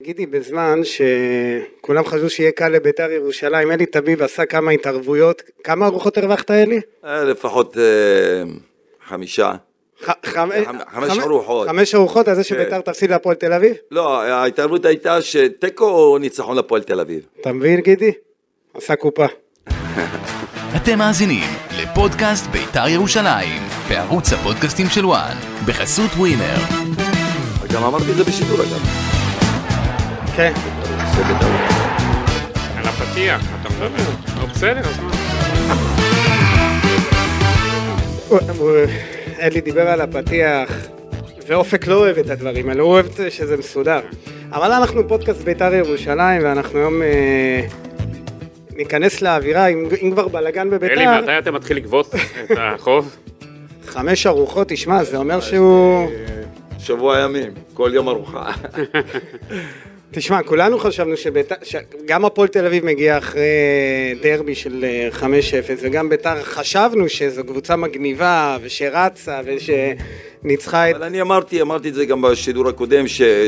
גידי, בזמן שכולם חשבו שיהיה קל לביתר ירושלים, אלי תביב עשה כמה התערבויות, כמה ארוחות הרווחת אלי? לפחות 5 ארוחות. 5 ארוחות, אז זה שביתר תפסיד להפועל תל אביב? לא, ההתערבות הייתה שטקו או ניצחון להפועל תל אביב. אתה מבין גידי? עשה קופה. אתם מאזינים לפודקאסט ביתר ירושלים, בערוץ הפודקאסטים של וואן, בחסות ווינר. גם אמרתי את זה בשידור אגב. כן. על הפתיח, אתה מדבר. לא בסדר, אז מה? אלי דיבר על הפתיח, ואופק לא אוהב את הדברים האלה, הוא אוהב שזה מסודר. אבל אנחנו פודקאסט ביתר ירושלים, ואנחנו היום ניכנס לאווירה, אם כבר בלגן בביתר. אלי, מתי אתה מתחיל לגבות את החוב? 5 ארוחות, תשמע, זה אומר שהוא... שבוע ימים, כל יום ארוחה. תשמע, כולנו חשבנו שגם הפועל תל אביב מגיע אחרי דרבי של 5-0, וגם ביתר חשבנו שזו קבוצה מגניבה, ושרצה, ושניצחה את... אבל אני אמרתי את זה גם בשידור הקודם,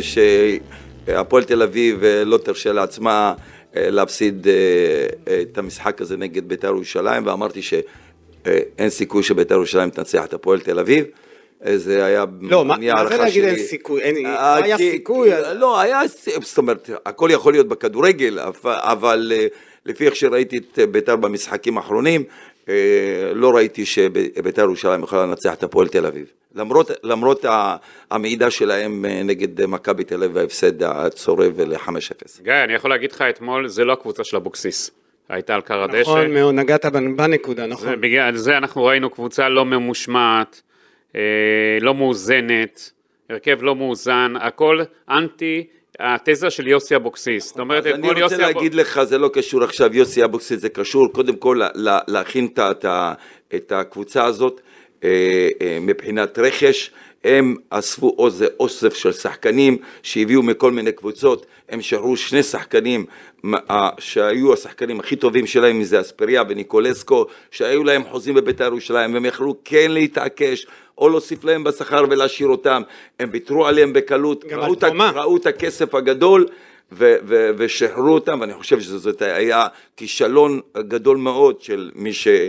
שהפועל תל אביב לא תרשה לעצמה להפסיד את המשחק הזה נגד ביתר ירושלים, ואמרתי שאין סיכוי שביתר ירושלים תנצח את הפועל תל אביב. זה היה... לא, מה זה להגיד אין סיכוי? היה סיכוי? לא, היה, זאת אומרת, הכל יכול להיות בכדורגל, אבל לפי איך שראיתי את ביתר במשחקים האחרונים, לא ראיתי שביתר ירושלים יכולה לנצח את הפועל תל אביב. למרות המעידה שלהם נגד מכבי תל אביב, ההפסד הצורב ל-5-0. גיא, אני יכול להגיד לך אתמול, זה לא הקבוצה של אבוקסיס. הייתה על קר הדשא. נכון, מאוד, נגעת בנקודה, נכון. בגלל זה אנחנו ראינו קבוצה לא ממושמעת, לא מאוזנת, הרכב לא מאוזן, הכל אנטי התזה של יוסי אבוקסיס. זאת אומרת, אני רוצה להגיד לך, זה לא קשור עכשיו יוסי אבוקסיס, זה קשור קודם כל להכין את הקבוצה הזאת מבחינת רכש. הם אספו אוסף של שחקנים שהביאו מכל מיני קבוצות, הם שחררו 2 שחקנים שהיו השחקנים הכי טובים שלהם, מזה אספריה וניקולסקו, שהיו להם חוזים בביתר ירושלים, והם יכלו כן להתעקש, או להוסיף להם בשכר ולהשאיר אותם, הם ויתרו עליהם בקלות, ראו את הכסף הגדול, ושחררו אותם, ואני חושב שזה היה כישלון גדול מאוד של מי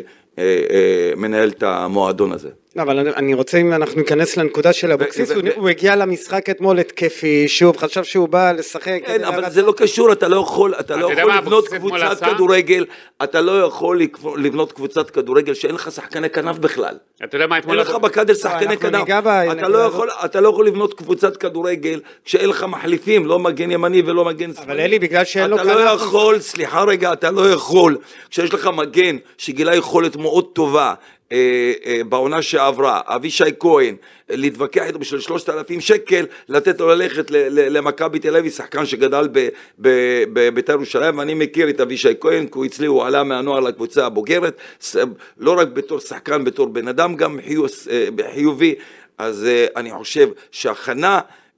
שמנהל את המועדון הזה. אבל אני רוצה, אם אנחנו ניכנס לנקודה של אבוקסיס, הוא הגיע למשחק אתמול התקפי, שוב, חשב שהוא בא לשחק. כן, אבל זה לא קשור, אתה לא יכול לבנות קבוצת כדורגל, אתה לא יכול לבנות קבוצת כדורגל שאין לך שחקני כנף בכלל. אתה יודע מה אתמול... אין לך בקדר שחקני כנף. אתה לא יכול לבנות קבוצת כדורגל כשאין לך מחליפים, לא מגן ימני ולא מגן שמאלי. אבל אלי, בגלל שאין לו כנף... אתה לא יכול, סליחה רגע, אתה לא יכול, כשיש לך מגן שגילה יכולת מאוד טובה, בעונה שעברה, אבישי כהן, להתווכח איתו בשביל 3,000 שקל, לתת לו ללכת למכבי תל אביב, שחקן שגדל בביתר ירושלים, ואני מכיר את אבישי כהן, כי הוא אצלי, הוא עלה מהנוער לקבוצה הבוגרת, לא רק בתור שחקן, בתור בן אדם, גם חיובי. אז אני חושב שהכנה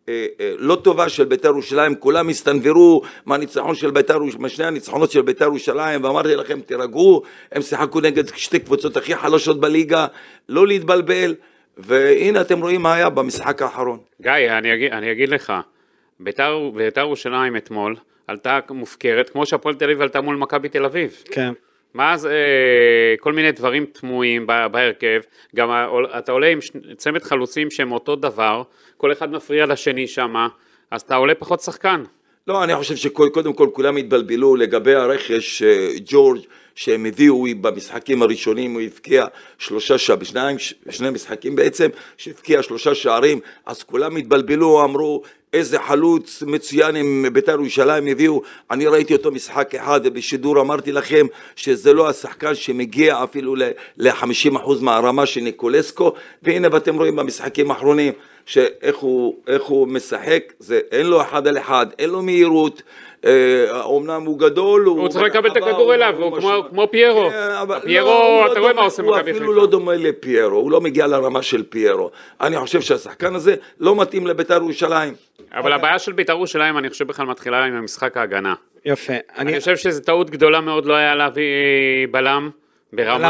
לא טובה של ביתר ירושלים, כולם הסתנברו מהניצחון של ביתר, משני הניצחונות של ביתר ירושלים, ואמרתי לכם תירגעו, הם שיחקו נגד 2 קבוצות הכי חלשות בליגה, לא להתבלבל, והנה אתם רואים מה היה במשחק האחרון. גיא, אני אגיד לך, ביתר ירושלים אתמול עלתה מופקרת, כמו שהפועל תל אביב עלתה מול מכבי תל אביב. כן. מה אז כל מיני דברים תמוהים בהרכב, גם אתה עולה עם צמד חלוצים שהם אותו דבר, כל אחד מפריע לשני שמה, אז אתה עולה פחות שחקן. לא, אני חושב שקודם כל כולם התבלבלו לגבי הרכש ג'ורג' שהם הביאו במשחקים הראשונים, הוא הבקיע 3 בשני משחקים בעצם, שהבקיע 3 שערים, אז כולם התבלבלו, אמרו איזה חלוץ מצוין עם ביתר ירושלים הביאו. אני ראיתי אותו משחק אחד ובשידור אמרתי לכם שזה לא השחקן שמגיע אפילו ל-50% מהרמה של ניקולסקו, והנה ואתם רואים במשחקים האחרונים שאיך הוא משחק, אין לו 1 על 1, אין לו מהירות, אומנם הוא גדול, הוא צריך לקבל את הכדור אליו, הוא כמו פיירו. פיירו, אתה רואה מה עושה מכבי חיפה. הוא אפילו לא דומה לפיירו, הוא לא מגיע לרמה של פיירו. אני חושב שהשחקן הזה לא מתאים לביתר ירושלים. אבל הבעיה של ביתר ירושלים, אני חושב בכלל מתחילה עם המשחק ההגנה. יפה. אני חושב שזו טעות גדולה מאוד, לא היה להביא בלם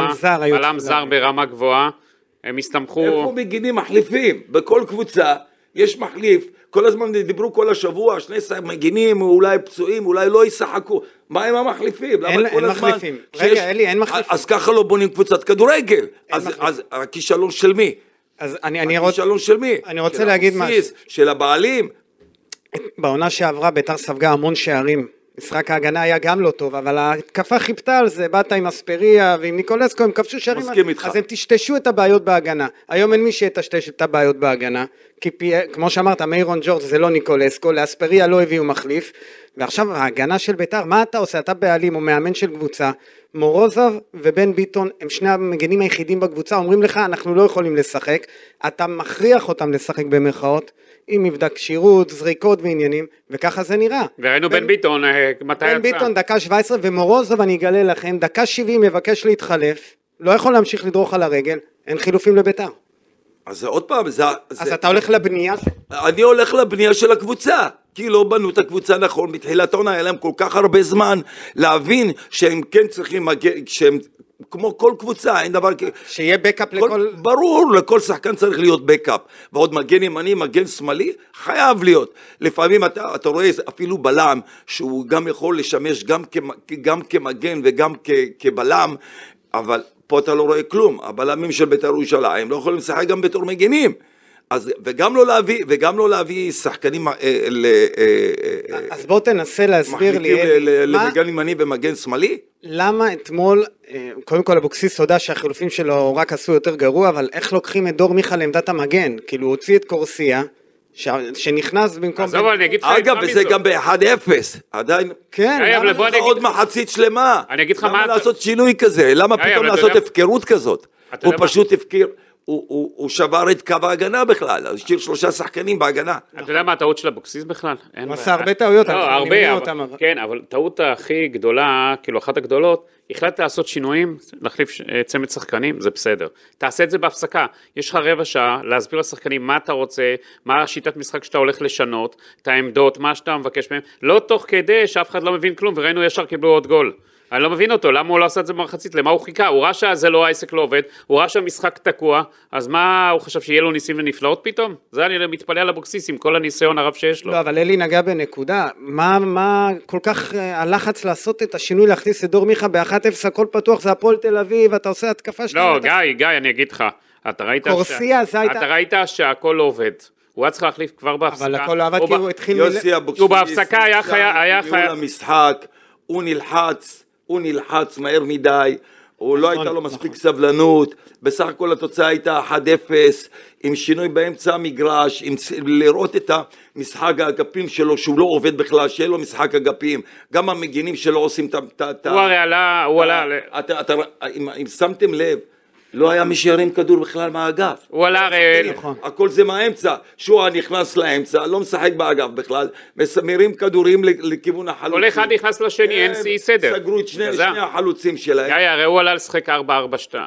בלם זר ברמה גבוהה. הם הסתמכו... איפה מגינים מחליפים? בכל קבוצה יש מחליף, כל הזמן דיברו כל השבוע, שני מגינים, אולי פצועים, אולי לא ישחקו, מה עם המחליפים? אין מחליפים, רגע אלי, אין מחליפים. אז ככה לא בונים קבוצת כדורגל, אז הכישלון של מי? אז הכישלון של מי? אני רוצה להגיד משהו. של הבעלים. בעונה שעברה ביתר ספגה המון שערים, משחק ההגנה היה גם לא טוב, אבל ההתקפה חיפתה על זה, באת עם אספריה ועם ניקולסקו, הם כבשו שערים, אז הם תשתשו את הבעיות בהגנה. היום אין מי שיטשטש את הבעיות בהגנה, כי כמו שאמרת, מיירון ג'ורג' זה לא ניקולסקו, לאספריה לא הביאו מחליף, ועכשיו ההגנה של ביתר, מה אתה עושה? אתה בעלים או מאמן של קבוצה, מורוזוב ובן ביטון, הם שני המגנים היחידים בקבוצה, אומרים לך, אנחנו לא יכולים לשחק, אתה מכריח אותם לשחק במרכאות, עם מבדק שירות, זריקות ועניינים, וככה זה נראה. וראינו בן ביטון, מתי יצא? בן ביטון דקה 17, ומורוזוב אני אגלה לכם, דקה 70 מבקש להתחלף, לא יכול להמשיך לדרוך על הרגל, אין חילופים לביתר. אז עוד פעם, אז אתה הולך לבנייה? אני הולך לבנייה של הקבוצה, כי לא בנו את הקבוצה נכון, בתחילת העונה היה להם כל כך הרבה זמן להבין שהם כן צריכים, שהם כמו כל קבוצה, אין דבר כזה. שיהיה בקאפ לכל... ברור, לכל שחקן צריך להיות בקאפ, ועוד מגן ימני, מגן שמאלי, חייב להיות. לפעמים אתה רואה אפילו בלם, שהוא גם יכול לשמש גם כמגן וגם כבלם, אבל פה אתה לא רואה כלום. הבלמים של בית"ר ירושלים לא יכולים לשחק גם בתור מגנים. אז וגם לא להביא שחקנים אז בוא תנסה להסביר לי למגן ימני ומגן שמאלי. למה אתמול, קודם כל אבוקסיס הודע שהחילופים שלו רק עשו יותר גרוע, אבל איך לוקחים את דור מיכה לעמדת המגן? כאילו הוא הוציא את קורסיה שנכנס במקום... עזוב, אני אגיד לך... אגב, וזה גם ב-1-0, עדיין... כן, עוד מחצית שלמה. אני אגיד לך מה... למה לעשות שינוי כזה? למה פתאום לעשות הפקרות כזאת? הוא פשוט הפקיר... הוא שבר את קו ההגנה בכלל, אז השאיר 3 שחקנים בהגנה. אתה יודע מה הטעות של אבוקסיס בכלל? הוא עשה הרבה טעויות, כן, אבל טעות הכי גדולה, כאילו אחת הגדולות, החלטת לעשות שינויים, להחליף צמד שחקנים, זה בסדר. תעשה את זה בהפסקה, יש לך רבע שעה להסביר לשחקנים מה אתה רוצה, מה השיטת משחק שאתה הולך לשנות, את העמדות, מה שאתה מבקש מהם, לא תוך כדי שאף אחד לא מבין כלום, וראינו ישר קיבלו עוד גול. אני לא מבין אותו, למה הוא לא עשה את זה במחצית, למה הוא חיכה, הוא ראה שזה לא, העסק לא עובד, הוא ראה שהמשחק תקוע, אז מה הוא חשב שיהיה לו ניסים ונפלאות פתאום? זה אני מתפלא על אבוקסיס עם כל הניסיון הרב שיש לו. לא, אבל אלי נגע בנקודה, מה כל כך הלחץ לעשות את השינוי, להכניס את דור מיכה ב-1-0, הכל פתוח, זה הפועל תל אביב, אתה עושה התקפה שאתה... לא, גיא, אני אגיד לך, אתה ראית שהכל לא עובד. הוא היה צריך להחליף כבר בהפסקה. אבל הכל לא עבד כי הוא התחיל... יוסי אבוקסיס, הוא בהפסקה היה למשחק, הוא נלחץ מהר מדי, הוא לא הייתה לו מספיק סבלנות, בסך הכל התוצאה הייתה 1-0, עם שינוי באמצע המגרש, לראות את המשחק האגפים שלו, שהוא לא עובד בכלל, שיהיה לו משחק אגפים, גם המגינים שלו עושים את... הוא הרי עלה... אם שמתם לב, לא היה מי שירים כדור בכלל מהאגף. הוא עלה הרי... הכל זה מהאמצע, שועה נכנס לאמצע, לא משחק באגף בכלל, מרים כדורים לכיוון החלוצים. כל אחד נכנס לשני, אין סדר. סגרו את שני החלוצים שלהם. גיא, הרי הוא עלה לשחק 4-4-2. 4-4-2.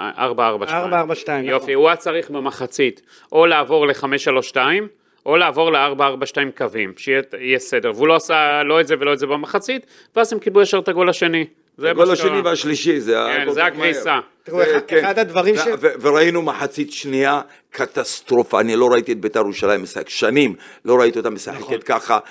יופי, הוא היה צריך במחצית, או לעבור ל-5-3-2, או לעבור ל-4-4-2 קווים, שיהיה סדר. והוא לא עשה לא את זה ולא את זה במחצית, ואז הם קיבלו ישר את הגול השני. הגול השני והשלישי, זה הקריסה. תראו, אחד הדברים ש... וראינו מחצית שנייה, קטסטרופה, אני לא ראיתי את בית"ר ירושלים משחק, שנים לא ראיתי אותה משחקת ככה,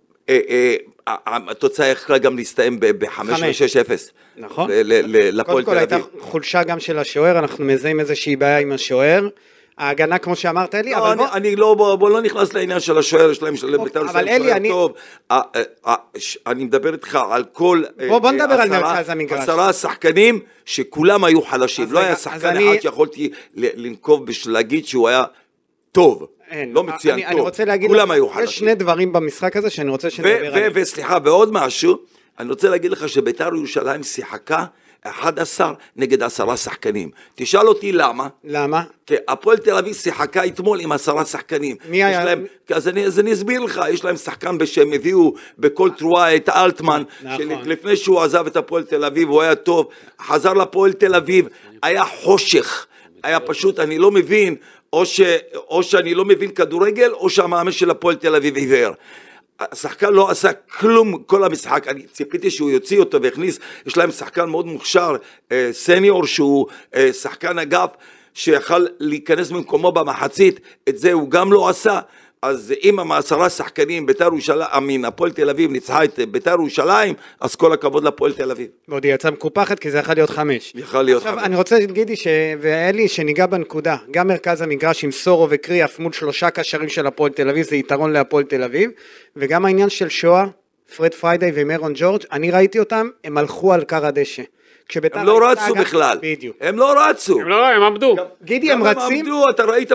התוצאה יכלה גם להסתיים ב-5 ו-6-0. נכון. לפועל תל אביב. קודם כל הייתה חולשה גם של השוער, אנחנו מזהים איזושהי בעיה עם השוער, ההגנה כמו שאמרת אלי, אבל בוא... אני לא נכנס לעניין של השוער שלהם, של בית"ר ירושלים שוער טוב, אני מדבר איתך על כל... בוא נדבר על מרכז המגרש. 10 שחקנים שכולם היו חלשים, לא היה שחקן אחד שיכולתי לנקוב להגיד שהוא היה טוב. לא מצוין טוב, אני רוצה להגיד, יש שני דברים במשחק הזה שאני רוצה שנדבר עליהם. וסליחה, ועוד משהו, אני רוצה להגיד לך שבית"ר ירושלים שיחקה 11 נגד 10 שחקנים. תשאל אותי למה. למה? כי הפועל תל אביב שיחקה אתמול עם 10 שחקנים. מי היה? אז אני אסביר לך, יש להם שחקן בשם, הביאו בכל תרועה את אלטמן, לפני שהוא עזב את הפועל תל אביב, הוא היה טוב, חזר לפועל תל אביב, היה חושך, היה פשוט, אני לא מבין, או שאני לא מבין כדורגל, או שהמאמן של הפועל תל אביב עיוור. השחקן לא עשה כלום כל המשחק, אני ציפיתי שהוא יוציא אותו והכניס, יש להם שחקן מאוד מוכשר, סניור שהוא שחקן אגף, שיכל להיכנס במקומו במחצית, את זה הוא גם לא עשה, אז אם המעשרה שחקנים בית"ר ירושלים, הפועל תל אביב ניצחה את בית"ר ירושלים, אז כל הכבוד לפועל תל אביב. ועוד היא יצאה מקופחת, כי זה יכול להיות 5. יכול להיות 5. עכשיו, אני רוצה להגיד ואלי, שניגע בנקודה, גם מרכז המגרש עם סורו וקריאף מול 3 קשרים של הפועל תל אביב, זה יתרון להפועל תל אביב, וגם העניין של שואה, פרד פריידי ומרון ג'ורג', אני ראיתי אותם, הם הלכו על קר הדשא. הם לא רצו בכלל. בדיוק. הם לא רצו. הם עמדו. גידי, הם רצים? הם עמדו, אתה ראית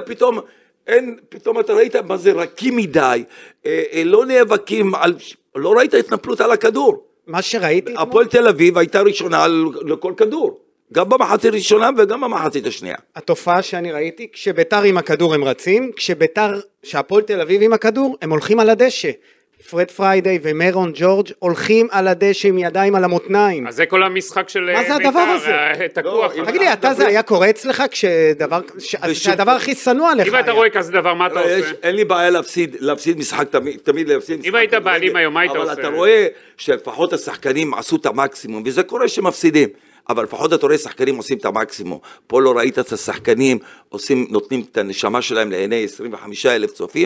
פתאום אתה ראית מה זה רכים מדי, לא נאבקים, לא ראית התנפלות על הכדור. מה שראיתי... הפועל תל אביב הייתה ראשונה לכל כדור, גם במחצית הראשונה וגם במחצית השנייה. התופעה שאני ראיתי, כשביתר עם הכדור הם רצים, כשהפועל תל אביב עם הכדור, הם הולכים על הדשא. פרד פריידי ומרון ג'ורג' הולכים על הדשא עם ידיים על המותניים. אז זה כל המשחק של בית"ר. מה זה הדבר הזה? תקוע. תגיד לי, אתה זה היה קורה אצלך כשהדבר הכי שנוא עליך? אם אתה רואה כזה דבר, מה אתה עושה? אין לי בעיה להפסיד משחק, תמיד להפסיד משחק. אם היית בעלים היום, מה היית עושה? אבל אתה רואה שלפחות השחקנים עשו את המקסימום, וזה קורה שמפסידים. אבל לפחות אתה רואה שחקנים עושים את המקסימום. פה לא ראית את השחקנים נותנים את הנשמה שלהם לעיני 25,000 צופים,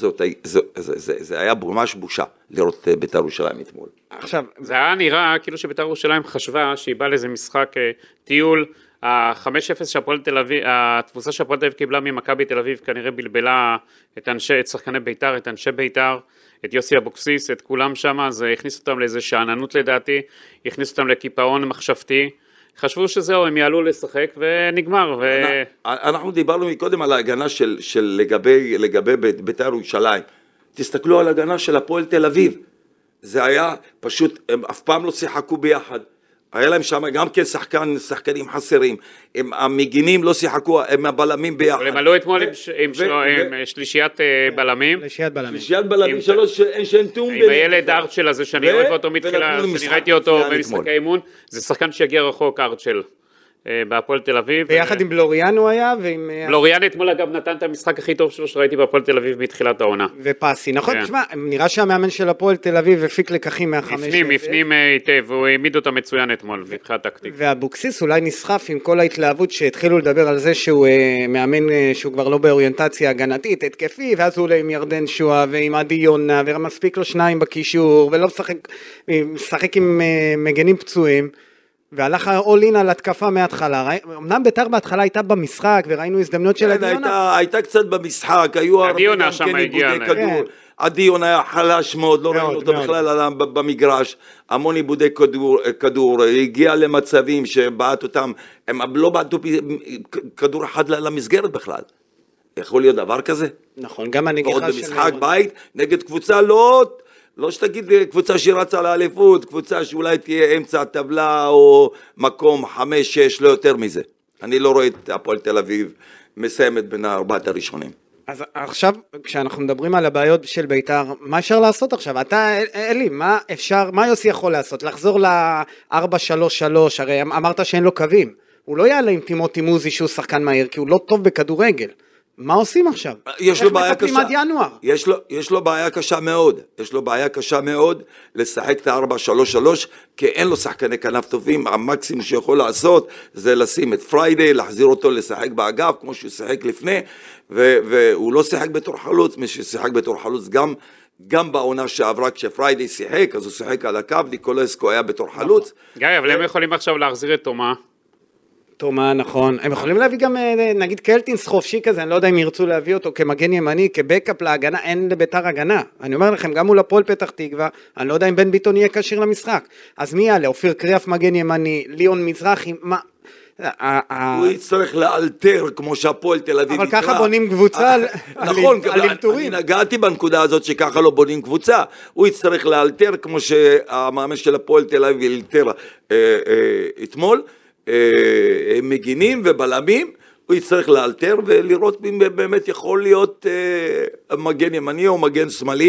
זה היה ממש בושה לראות בית"ר ירושלים אתמול. עכשיו, זה היה נראה כאילו שבית"ר ירושלים חשבה שהיא באה לאיזה משחק טיול, ה-5-0 שהפועל תל אביב, התבוסה שהפועל תל אביב קיבלה ממכבי תל אביב כנראה בלבלה את שחקני בית"ר, את אנשי בית"ר, את יוסי אבוקסיס, את כולם שם, אז הכניס אותם לאיזה שאננות לדעתי, הכניס אותם לקיפאון מחשבתי, חשבו שזהו, הם יעלו לשחק ונגמר. אנחנו דיברנו מקודם על ההגנה של לגבי בית"ר ירושלים. תסתכלו על ההגנה של הפועל תל אביב. זה היה פשוט, הם אף פעם לא שיחקו ביחד. היה להם שם גם כן שחקנים חסרים. המגינים לא שיחקו, הם הבלמים ביחד. הם עלו אתמול עם שלישיית בלמים. שלישיית בלמים שלוש, שאין תום. עם הילד ארצ'ל הזה, שאני אוהב אותו מתחילה, שאני ראיתי אותו במשחקי אימון. זה שחקן שיגיע רחוק, ארצ'ל. בהפועל תל אביב. ביחד עם בלוריאן הוא היה, ועם... בלוריאן אתמול אגב נתן את המשחק הכי טוב שלו שראיתי בהפועל תל אביב מתחילת העונה. ופסי, נכון? תשמע, נראה שהמאמן של הפועל תל אביב הפיק לקחים הפנים היטב, והוא העמיד אותה מצוין אתמול, מבחינת טקטית. ואבוקסיס אולי נסחף עם כל ההתלהבות שהתחילו לדבר על זה שהוא מאמן שהוא כבר לא באוריינטציה הגנתית, התקפי, ואז הוא עולה עם ירדן שואה ועם עדי יונה, ומספיק לו 2 בקישור, ולא משחק עם מגנים פצועים. והלך אולין על התקפה מההתחלה, אמנם בית"ר בהתחלה הייתה במשחק, וראינו הזדמנויות של עדיונה. הייתה קצת במשחק, היו עדיונה שם הגיע. עדיון היה חלש מאוד, לא ראינו אותו בכלל במגרש, המון עיבודי כדור, הגיע למצבים שבעט אותם, הם לא בעטו כדור אחד למסגרת בכלל. יכול להיות דבר כזה? נכון, גם הנגיחה של... ועוד במשחק בית, נגד קבוצה לא שתגיד קבוצה שרצה לאליפות, קבוצה שאולי תהיה אמצע הטבלה או מקום 5-6, לא יותר מזה. אני לא רואה את הפועל תל אביב מסיימת בין 4 הראשונים. אז עכשיו, כשאנחנו מדברים על הבעיות של בית"ר, מה אפשר לעשות עכשיו? אתה, אלי, מה יוסי יכול לעשות? לחזור ל-4-3-3, הרי אמרת שאין לו קווים. הוא לא יעלה עם טימותי מוזי שהוא שחקן מהיר, כי הוא לא טוב בכדורגל. מה עושים עכשיו? יש לו בעיה קשה. עד ינואר? יש לו בעיה קשה מאוד. יש לו בעיה קשה מאוד לשחק את ה-4-3-3, כי אין לו שחקני כנף טובים. המקסימום שיכול לעשות זה לשים את פריידי, להחזיר אותו לשחק באגף, כמו שהוא שיחק לפני, והוא לא שיחק בתור חלוץ, מי ששיחק בתור חלוץ גם בעונה שעברה כשפריידי שיחק, אז הוא שיחק על הקו, ניקולסקו היה בתור חלוץ. גיא, אבל הם יכולים עכשיו להחזיר את תומה. תומה, נכון. הם יכולים להביא גם, נגיד, קלטינס חופשי כזה, אני לא יודע אם ירצו להביא אותו כמגן ימני, כבקאפ להגנה, אין לבית"ר הגנה. אני אומר לכם, גם מול הפועל פתח תקווה, אני לא יודע אם בן ביטון יהיה כשיר למשחק. אז מי יעלה? אופיר קריאף מגן ימני, ליאון מזרחי, מה? הוא יצטרך לאלתר כמו שהפועל תל אביב אבל ככה בונים קבוצה על אלתורים. אני נגעתי בנקודה הזאת שככה לא בונים קבוצה. הוא יצטרך לאלתר כמו שהמאמן של הפועל תל אביב אלתר אתמול. מגינים ובלמים, הוא יצטרך לאלתר ולראות אם באמת יכול להיות מגן ימני או מגן שמאלי,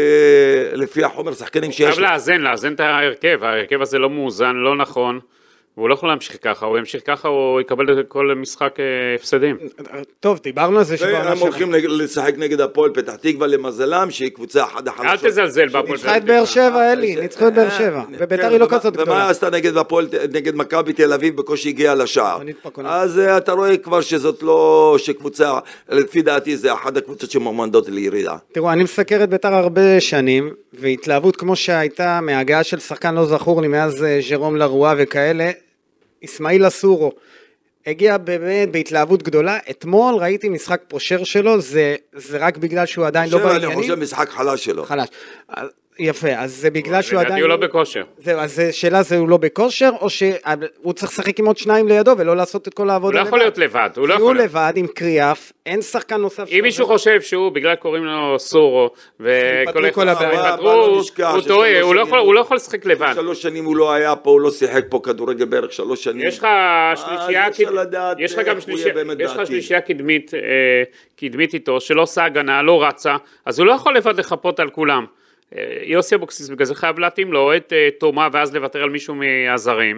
לפי החומר שחקנים שיש. לאזן את ההרכב הזה לא מאוזן, לא נכון, והוא לא יכול להמשיך ככה, הוא ימשיך ככה, הוא יקבל כל משחק הפסדים. טוב, דיברנו על זה והם הולכים לשחק נגד הפועל פתח תקווה למזלם, שהיא קבוצה אחת החלשות. אל תזלזל בהפועל פתח תקווה. ניצחה את באר שבע, אלי, ניצחו את באר שבע, וביתר היא לא כזאת גדולה. ומה עשתה נגד מכבי תל אביב, בקושי הגיעה לשער. אז אתה רואה כבר שזאת לא, שקבוצה, לפי דעתי זה אחת הקבוצות שמועמדות לירידה. תראו, אני מסקר את ביתר הרבה שנים, והתלהבות כמו שהייתה מההגעה של שחקן לא זכור לי, מאז ז'רום לרואה וכאלה, אסמאעיל אסורו, הגיע באמת בהתלהבות גדולה. אתמול ראיתי משחק פושר שלו, זה רק בגלל שהוא עדיין לא בעניינים. אני חושב משחק חלש שלו. חלש. יפה, אז זה בגלל שהוא עדיין... הוא לא בכושר. זהו, אז שאלה זה הוא לא בכושר, או שהוא צריך לשחק עם עוד שניים לידו, ולא לעשות את כל העבודה לבד. הוא לא יכול להיות לבד, הוא לא יכול. הוא לבד עם קריאף, אין שחקן נוסף. אם מישהו חושב שהוא, בגלל קוראים לו סורו, כל הבעיה, הוא טועה, הוא לא יכול לשחק לבד. 3 שנים הוא לא היה פה, הוא לא שיחק פה כדורגל בערך 3 שנים. יש לך שלישייה קדמית איתו, שלא עושה הגנה, לא רצה, אז הוא לא יכול לבד לחפות על כולם. יוסי אבוקסיס בגלל זה חייב להתאים לו את תומה ואז לוותר על מישהו מהזרים.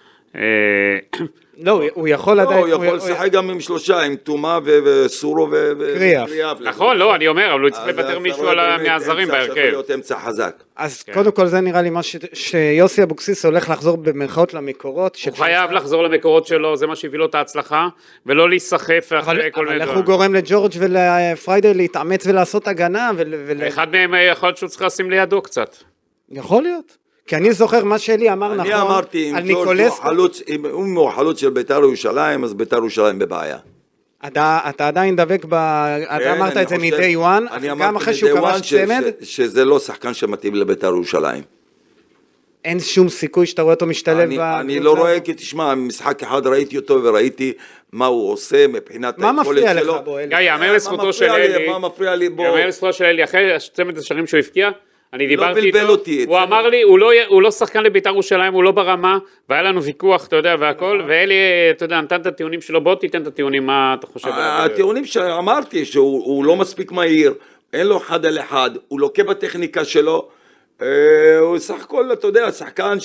לא, הוא יכול עדיין... הוא יכול לשחק גם עם 3, עם תומה וסורו וקריאף. נכון, לא, אני אומר, אבל הוא צריך לוותר מישהו מהזרים בהרכב. שווה להיות אמצע חזק. אז קודם כל זה נראה לי מה שיוסי אבוקסיס הולך לחזור במרכאות למקורות. הוא חייב לחזור למקורות שלו, זה מה שהביא לו את ההצלחה, ולא להיסחף אחרי כל מיני... אבל איך הוא גורם לג'ורג' ולפריידי להתאמץ ולעשות הגנה? אחד מהם יכול להיות שהוא צריך לשים לידו קצת. יכול להיות. כי אני זוכר מה שלי אמר נכון. אני אמרתי, אם הוא חלוץ של ביתר ירושלים, אז ביתר ירושלים בבעיה. אתה עדיין דבק אתה אמרת את זה מ-day one, גם אחרי שהוא כבש צמד? שזה לא שחקן שמתאים לביתר ירושלים. אין שום סיכוי שאתה רואה אותו משתלב אני לא רואה, כי תשמע, משחק אחד ראיתי אותו וראיתי מה הוא עושה מבחינת היכולת שלו. מה מפריע לך בו, אלי? גיא, יאמר לזכותו של אלי, יאמר לזכותו של אלי, אחרי צמד השערים שהוא הבקיע, אני דיברתי איתו, הוא אמר לי, הוא לא שחקן לביתר ירושלים, הוא לא ברמה, והיה לנו ויכוח, אתה יודע, והכל, ואלי, אתה יודע, נתן את הטיעונים שלו, בוא תיתן את הטיעונים, מה אתה חושב? הטיעונים שאמרתי, שהוא לא מספיק מהיר, אין לו 1 על 1, הוא לוקה בטכניקה שלו, הוא סך הכל, אתה יודע, שחקן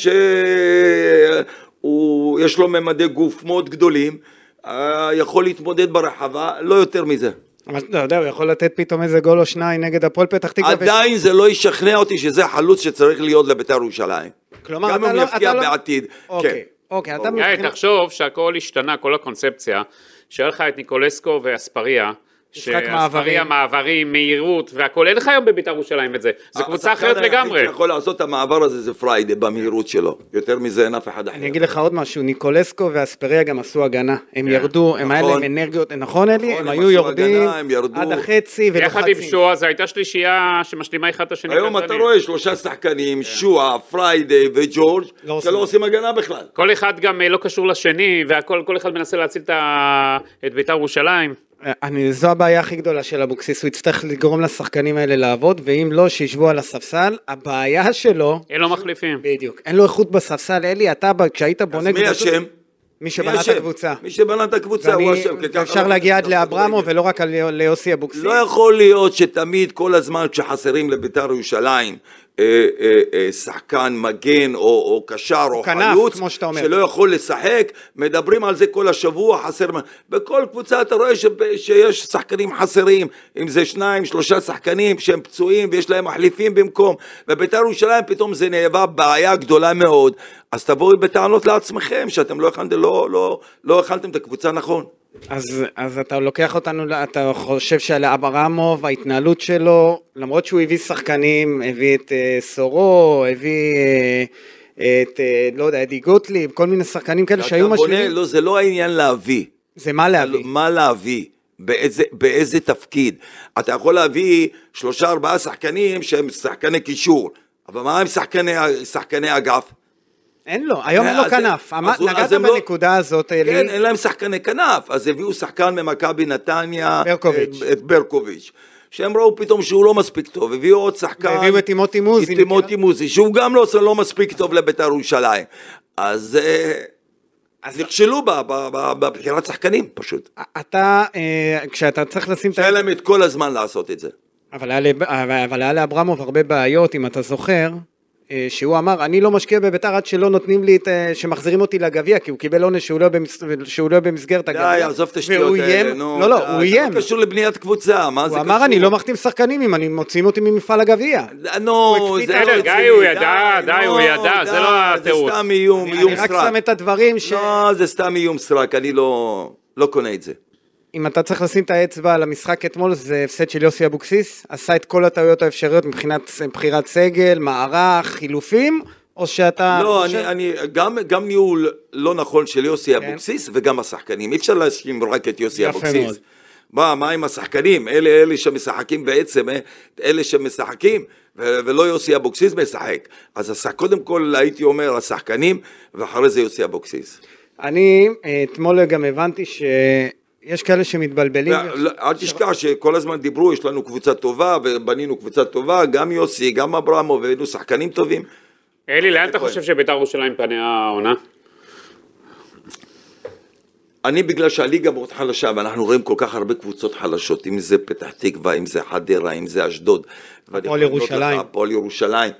שיש לו ממדי גוף מאוד גדולים, יכול להתמודד ברחבה, לא יותר מזה. אבל אתה יודע, הוא יכול לתת פתאום איזה גול או 2 נגד הפועל פתח תקווה. עדיין זה לא ישכנע אותי שזה חלוץ שצריך להיות לביתר ירושלים. כלומר, גם אם יפקיע בעתיד. אוקיי, תחשוב שהכל השתנה, כל הקונספציה, שהיה לך את ניקולסקו ואספריה, שאספריה מעברים, מהירות והכל, אין לך היום בביתר ירושלים את זה, זה קבוצה אחרת לגמרי. השחקן שיכול לעשות את המעבר הזה זה פריידי במהירות שלו, יותר מזה אין אף אחד אחר. אני אגיד לך עוד משהו, ניקולסקו ואספריה גם עשו הגנה, הם ירדו, הם היה להם אנרגיות, נכון אלי? הם היו יורדים עד החצי ולוחצים. יחד עם שואה, זו הייתה שלישייה שמשלימה אחד את השני. היום אתה רואה 3 שחקנים, שואה, פריידי וג'ורג' שלא עושים הגנה בכלל. כל אחד גם לא קשור לשני, וכל אחד מנסה להציל את ביתר ירושלים. זו הבעיה הכי גדולה של אבוקסיס, הוא יצטרך לגרום לשחקנים האלה לעבוד, ואם לא, שישבו על הספסל. הבעיה שלו... אין לו מחליפים. בדיוק, אין לו איכות בספסל, אלי, אתה כשהיית בונה... אז מי השם? מי שבנה את הקבוצה. מי שבנה את הקבוצה הוא השם. אפשר להגיע עד לאברמו ולא רק ליוסי אבוקסיס. לא יכול להיות שתמיד כל הזמן כשחסרים לביתר ירושלים שחקן מגן או קשר או חלוץ שלא יכול לשחק, מדברים על זה כל השבוע, חסר. בכל קבוצה אתה רואה שיש שחקנים חסרים, אם זה 2-3 שחקנים שהם פצועים ויש להם מחליפים במקום, וביתר ירושלים פתאום זה נהווה בעיה גדולה מאוד. אז תבואו בטענות לעצמכם שאתם לא הכנתם את הקבוצה נכון. אז אתה לוקח אותנו, אתה חושב שעל אברמוב, ההתנהלות שלו, למרות שהוא הביא שחקנים, הביא את סורו, הביא את, לא יודע, אדי גוטליב, כל מיני שחקנים כאלה שהיו משלימים. לא, זה לא העניין להביא. זה מה להביא? מה להביא? באיזה תפקיד? אתה יכול להביא 3-4 שחקנים שהם שחקני קישור, אבל מה הם שחקני אגף? אין לו, היום אין לו כנף, נגעת בנקודה הזאת. כן, אין להם שחקני כנף, אז הביאו שחקן ממכבי נתניה, את ברקוביץ', שהם ראו פתאום שהוא לא מספיק טוב, הביאו עוד שחקן, והביאו את תימותי מוזי, שהוא גם לא מספיק טוב לביתר ירושלים, אז נכשלו בבחירת שחקנים פשוט. אתה, כשאתה צריך לשים... שאין להם את כל הזמן לעשות את זה. אבל היה לאברמוב הרבה בעיות, אם אתה זוכר, שהוא אמר, אני לא משקיע בביתר עד שלא נותנים לי, שמחזירים אותי לגביע, כי הוא קיבל עונש שהוא לא במסגרת הגביע. די, עזוב את השטויות האלה, נו. לא, הוא איים. זה קשור לבניית קבוצה, מה זה קשור? הוא אמר, אני לא מחתים שחקנים אם אני מוציאים אותי ממפעל הגביע. נו, זה לא גיא, הוא ידע, הוא ידע, זה לא התירוץ. זה סתם איום סרק. אני רק שם את הדברים לא, זה סתם איום סרק, אני לא קונה את זה. אם אתה צריך לשים את האצבע על המשחק אתמול, זה הפסד של יוסי אבוקסיס, עשה את כל הטעויות האפשריות מבחינת בחירת סגל, מערך, חילופים, או שאתה... לא, גם ניהול לא נכון של יוסי אבוקסיס וגם השחקנים, אי אפשר להאשים רק את יוסי אבוקסיס. מה עם השחקנים? אלה שמשחקים בעצם, אלה שמשחקים, ולא יוסי אבוקסיס משחק. אז קודם כל הייתי אומר השחקנים, ואחרי זה יוסי אבוקסיס. אני אתמול גם הבנתי יש כאלה שמתבלבלים. אל תשכח שכל הזמן דיברו, יש לנו קבוצה טובה, ובנינו קבוצה טובה, גם יוסי, גם אברמו, והיינו שחקנים טובים. אלי, לאן אתה חושב שבית"ר ירושלים פניה העונה? אני בגלל שהליגה מאוד חלשה, ואנחנו רואים כל כך הרבה קבוצות חלשות, אם זה פתח תקווה, אם זה חדרה, אם זה אשדוד. הפועל ירושלים. הפועל ירושלים.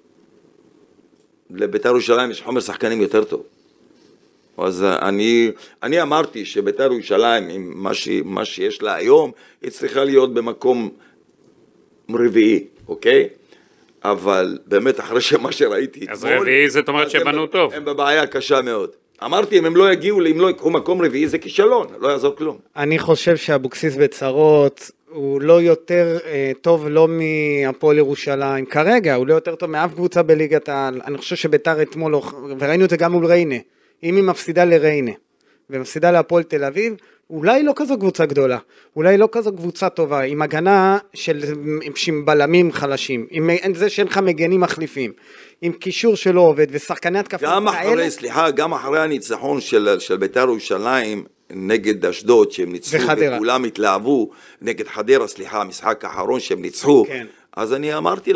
לבית"ר ירושלים יש חומר שחקנים יותר טוב. אז אני אמרתי שבית"ר ירושלים, עם מה שיש לה היום, היא צריכה להיות במקום רביעי, אוקיי? אבל באמת אחרי מה שראיתי אז רביעי זאת אומרת שבנו טוב. הם בבעיה קשה מאוד. אמרתי, אם הם לא יגיעו, אם לא יקחו מקום רביעי, זה כישלון, לא יעזור כלום. אני חושב שאבוקסיס בצרות, הוא לא יותר טוב לא מהפועל ירושלים, כרגע, הוא לא יותר טוב מאף קבוצה בליגת העל. אני חושב שבית"ר אתמול, וראינו את זה גם מול ריינה, אם היא מפסידה לריינה, ומפסידה להפועל תל אביב, אולי לא כזו קבוצה גדולה, אולי לא כזו קבוצה טובה, עם הגנה עם בלמים חלשים, עם זה שאין לך מגנים מחליפים, עם קישור שלא עובד, ושחקני התקפה כאלה. גם אחרי הניצחון של בית"ר ירושלים, נגד אשדוד, שהם ניצחו, וכולם התלהבו, נגד חדרה, המשחק האחרון שהם ניצחו, אז אני אמרתי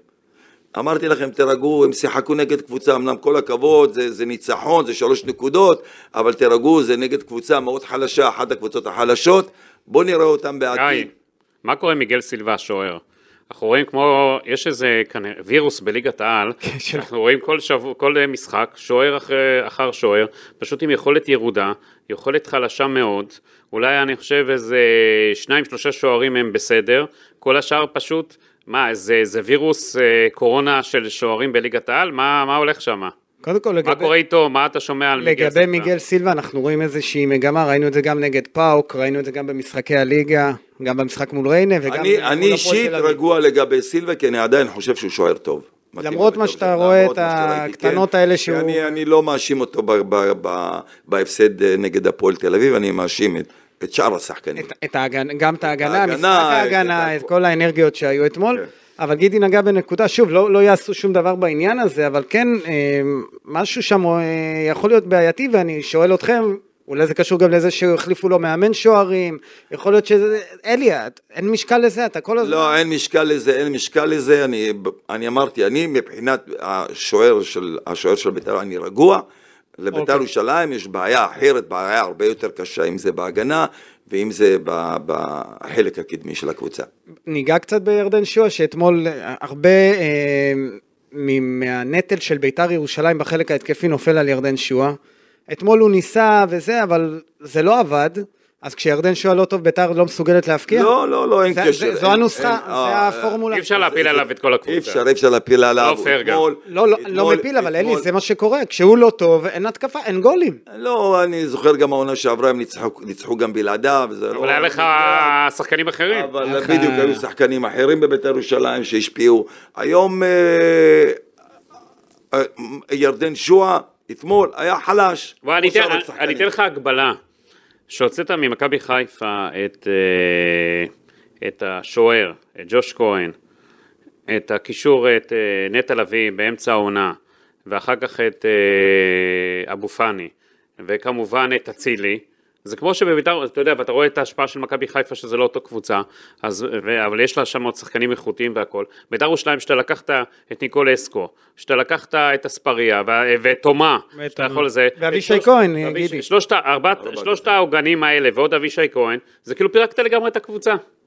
לכם, תרגעו, הם שיחקו נגד קבוצה, אמנם כל הכבוד, זה ניצחון, זה 3 נקודות, אבל תרגעו, זה נגד קבוצה מאוד חלשה, אחת הקבוצות החלשות, בואו נראה אותם בעתיד. מה קורה עם מיגל סילבה השוער? אנחנו רואים כמו, יש איזה וירוס בליגת העל, אנחנו רואים כל משחק, שוער אחר שוער, פשוט עם יכולת ירודה, יכולת חלשה מאוד, אולי אני חושב איזה 2-3 שוערים הם בסדר, כל השאר פשוט, זה וירוס קורונה של שוערים בליגת העל? מה הולך שם? קודם כל, מה קורה איתו? מה אתה שומע על מיגל סילבה? לגבי מיגל סילבה, אנחנו רואים איזושהי מגמה, ראינו את זה גם נגד פאוק, ראינו את זה גם במשחקי הליגה, גם במשחק מול ריינה, וגם... אני אישית רגוע לגבי סילבה, כי אני עדיין חושב שהוא שוער טוב. למרות מה שאתה רואה את הקטנות האלה שהוא... אני לא מאשים אותו בהפסד נגד הפועל תל אביב, אני מאשים את שאר השחקנים. גם את ההגנה, משחק ההגנה, את כל האנרגיות שהיו אתמול. אבל גידי נגע בנקודה, שוב, לא יעשו שום דבר בעניין הזה, אבל כן, משהו שם יכול להיות בעייתי, ואני שואל אתכם, אולי זה קשור גם לזה שהחליפו לו מאמן שוערים, יכול להיות שזה, אליאט, אין משקל לזה, אתה כל הזמן... לא, אין משקל לזה, אני אמרתי, אני מבחינת השוער של בית"ר, אני רגוע, לבית"ר ירושלים יש בעיה אחרת, בעיה הרבה יותר קשה, אם זה בהגנה, ואם זה בחלק הקדמי של הקבוצה. ניגע קצת בירדן שועה, שאתמול הרבה מהנטל של בית"ר ירושלים בחלק ההתקפי נופל על ירדן שועה. אתמול הוא ניסה וזה, אבל זה לא עבד. אז כשירדן שועה לא טוב, בית"ר לא מסוגלת להפקיע? לא, אין קשר. זו הנוסחה, זה הפורמולה. אי אפשר להפיל עליו את כל הקבוצה. אי אפשר להפיל עליו. לא פייר גם. לא מפיל, אבל אלי, זה מה שקורה. כשהוא לא טוב, אין התקפה, אין גולים. לא, אני זוכר גם העונה שעברה, הם ניצחו גם בלעדיו. אבל היה לך שחקנים אחרים. אבל בדיוק היו שחקנים אחרים בבית"ר ירושלים שהשפיעו. היום ירדן שועה, אתמול, היה חלש. אני אתן לך הגבלה. שהוצאת ממכבי חיפה את השוער, את ג'וש כהן, את הקישור, את נטע לביא באמצע העונה, ואחר כך את אבו פאני, וכמובן את אצילי, זה כמו שבבית"ר, אתה יודע, ואתה רואה את ההשפעה של מכבי חיפה שזה לא אותו קבוצה, אבל יש לה שם עוד שחקנים איכותיים והכל. בית"ר ירושלים שאתה לקחת את ניקול אסקו, שאתה לקחת את אספריה ואת תומה, שאתה יכול לזה. ואבישי כהן, גידי. שלושת העוגנים האלה ועוד אבישי כהן, זה כאילו פירקת לגמרי את הקבוצה.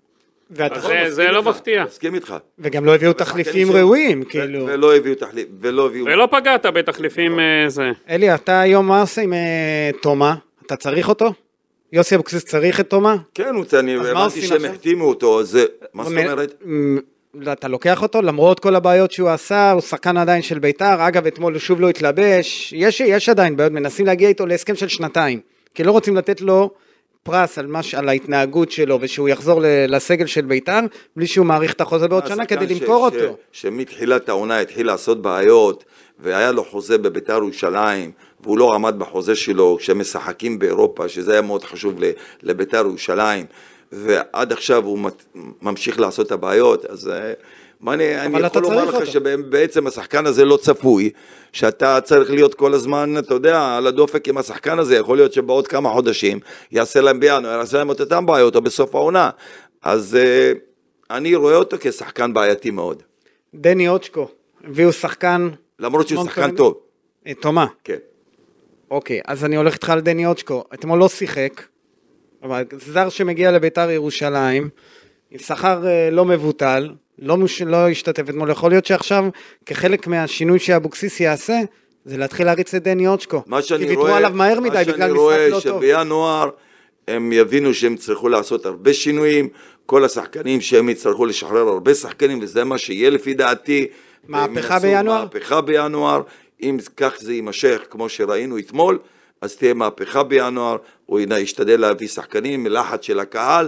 זה לא מפתיע. מסכים איתך. וגם לא הביאו תחליפים ראויים, כאילו. ולא הביאו תחליף, ולא פגעת בתחליפים זה. אלי, אתה היום מה עושה עם תומה? אתה צריך אותו? יוסי אבוקסיס צריך את תומה? כן, אני הבנתי שהם החתימו אותו, אז מה זאת אומרת? אתה לוקח אותו, למרות כל הבעיות שהוא עשה, הוא שחקן עדיין של ביתר, אגב, אתמול הוא שוב לא התלבש, יש עדיין בעיות, מנסים להגיע איתו להסכם של 2 כי לא רוצים לתת לו פרס על ההתנהגות שלו, ושהוא יחזור לסגל של ביתר, בלי שהוא מעריך את החוזה בעוד שנה, כדי למכור אותו. שמתחילת העונה התחיל לעשות בעיות, והיה לו חוזה בביתר ירושלים, והוא לא עמד בחוזה שלו, כשהם משחקים באירופה, שזה היה מאוד חשוב לביתר ירושלים, ועד עכשיו הוא ממשיך לעשות את הבעיות, אז אני יכול לומר לך שבעצם השחקן הזה לא צפוי, שאתה צריך להיות כל הזמן, אתה יודע, על הדופק עם השחקן הזה, יכול להיות שבעוד כמה חודשים יעשה להם בינואר, יעשה להם את אותם בעיות, או בסוף העונה, אז אני רואה אותו כשחקן בעייתי מאוד. דני אוצ'קו, הביאו שחקן... למרות שהוא שחקן טוב. תומה. כן. אוקיי, אז אני הולך איתך על דני אוצ'קו, אתמול לא שיחק, אבל זר שמגיע לביתר ירושלים, עם שכר לא מבוטל, לא השתתף אתמול, יכול להיות שעכשיו, כחלק מהשינוי שאבוקסיס יעשה, זה להתחיל להריץ את דני אוצ'קו. כי ויתרו עליו מהר מדי, בגלל משחק לא טוב. מה שאני רואה שבינואר, הם יבינו שהם צריכו לעשות הרבה שינויים, כל השחקנים שהם יצטרכו לשחרר הרבה שחקנים, וזה מה שיהיה לפי דעתי. מהפכה בינואר? מהפכה בינואר, אם כך זה יימשך, כמו שראינו אתמול, אז תהיה מהפכה בינואר, הוא ישתדל להביא שחקנים מלחץ של הקהל,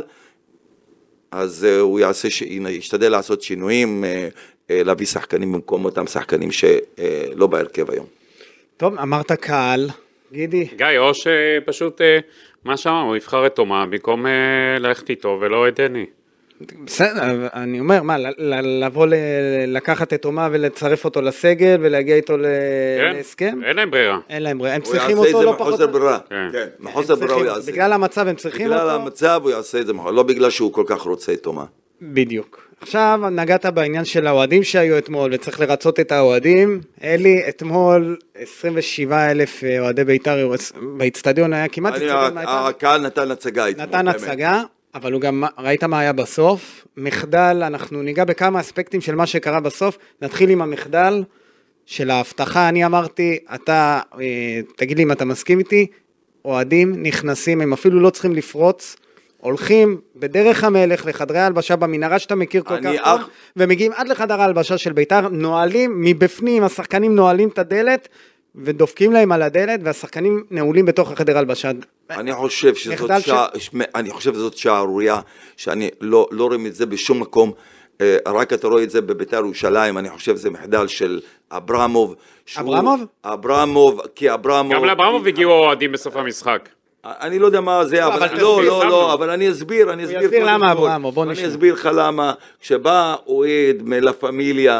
אז הוא ישתדל לעשות שינויים, להביא שחקנים במקום אותם שחקנים שלא בהרכב היום. טוב, אמרת קהל, גידי. גיא, או שפשוט, מה שאמר, הוא יבחר את תומה, במקום ללכת איתו ולא את דני. בסדר, אני אומר, מה, לבוא לקחת את תומה ולצרף אותו לסגל ולהגיע איתו להסכם? אין להם ברירה. אין להם ברירה, הם צריכים אותו לא פחות. הוא יעשה את זה מחוסר ברירה. כן, מחוסר ברירה הוא יעשה. בגלל המצב הם צריכים אותו? בגלל המצב הוא יעשה את זה, לא בגלל שהוא כל כך רוצה את תומה. בדיוק. עכשיו נגעת בעניין של האוהדים שהיו אתמול, וצריך לרצות את האוהדים. אלי, אתמול 27,000 אוהדי בית"ר באצטדיון היה כמעט... הקהל נתן הצגה אתמול. נתן הצגה. אבל הוא גם, ראית מה היה בסוף? מחדל, אנחנו ניגע בכמה אספקטים של מה שקרה בסוף, נתחיל עם המחדל של ההבטחה, אני אמרתי, אתה, תגיד לי אם אתה מסכים איתי, אוהדים נכנסים, הם אפילו לא צריכים לפרוץ, הולכים בדרך המלך לחדרי ההלבשה במנהרה שאתה מכיר כל כך טוב, ומגיעים עד לחדר ההלבשה של בית"ר, נועלים מבפנים, השחקנים נועלים את הדלת, ודופקים להם על הדלת, והשחקנים נעולים בתוך החדר הלבשה. אני חושב שזאת שערוריה, שאני לא רואה את זה בשום מקום, רק אתה רואה את זה בבית"ר ירושלים, אני חושב שזה מחדל של אברמוב. אברמוב? אברמוב, כי אברמוב... גם לאברמוב הגיעו אוהדים בסוף המשחק. אני לא יודע מה זה, אבל אני אסביר. אני אסביר למה אברמוב, בוא נשמע. אני אסביר לך למה, כשבא אוהד מלה פמיליה,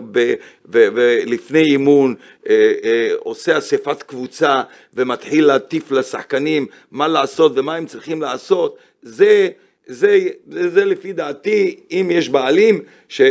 ולפני אימון, עושה אספת קבוצה, ומתחיל להטיף לשחקנים מה לעשות ומה הם צריכים לעשות, זה לפי דעתי, אם יש בעלים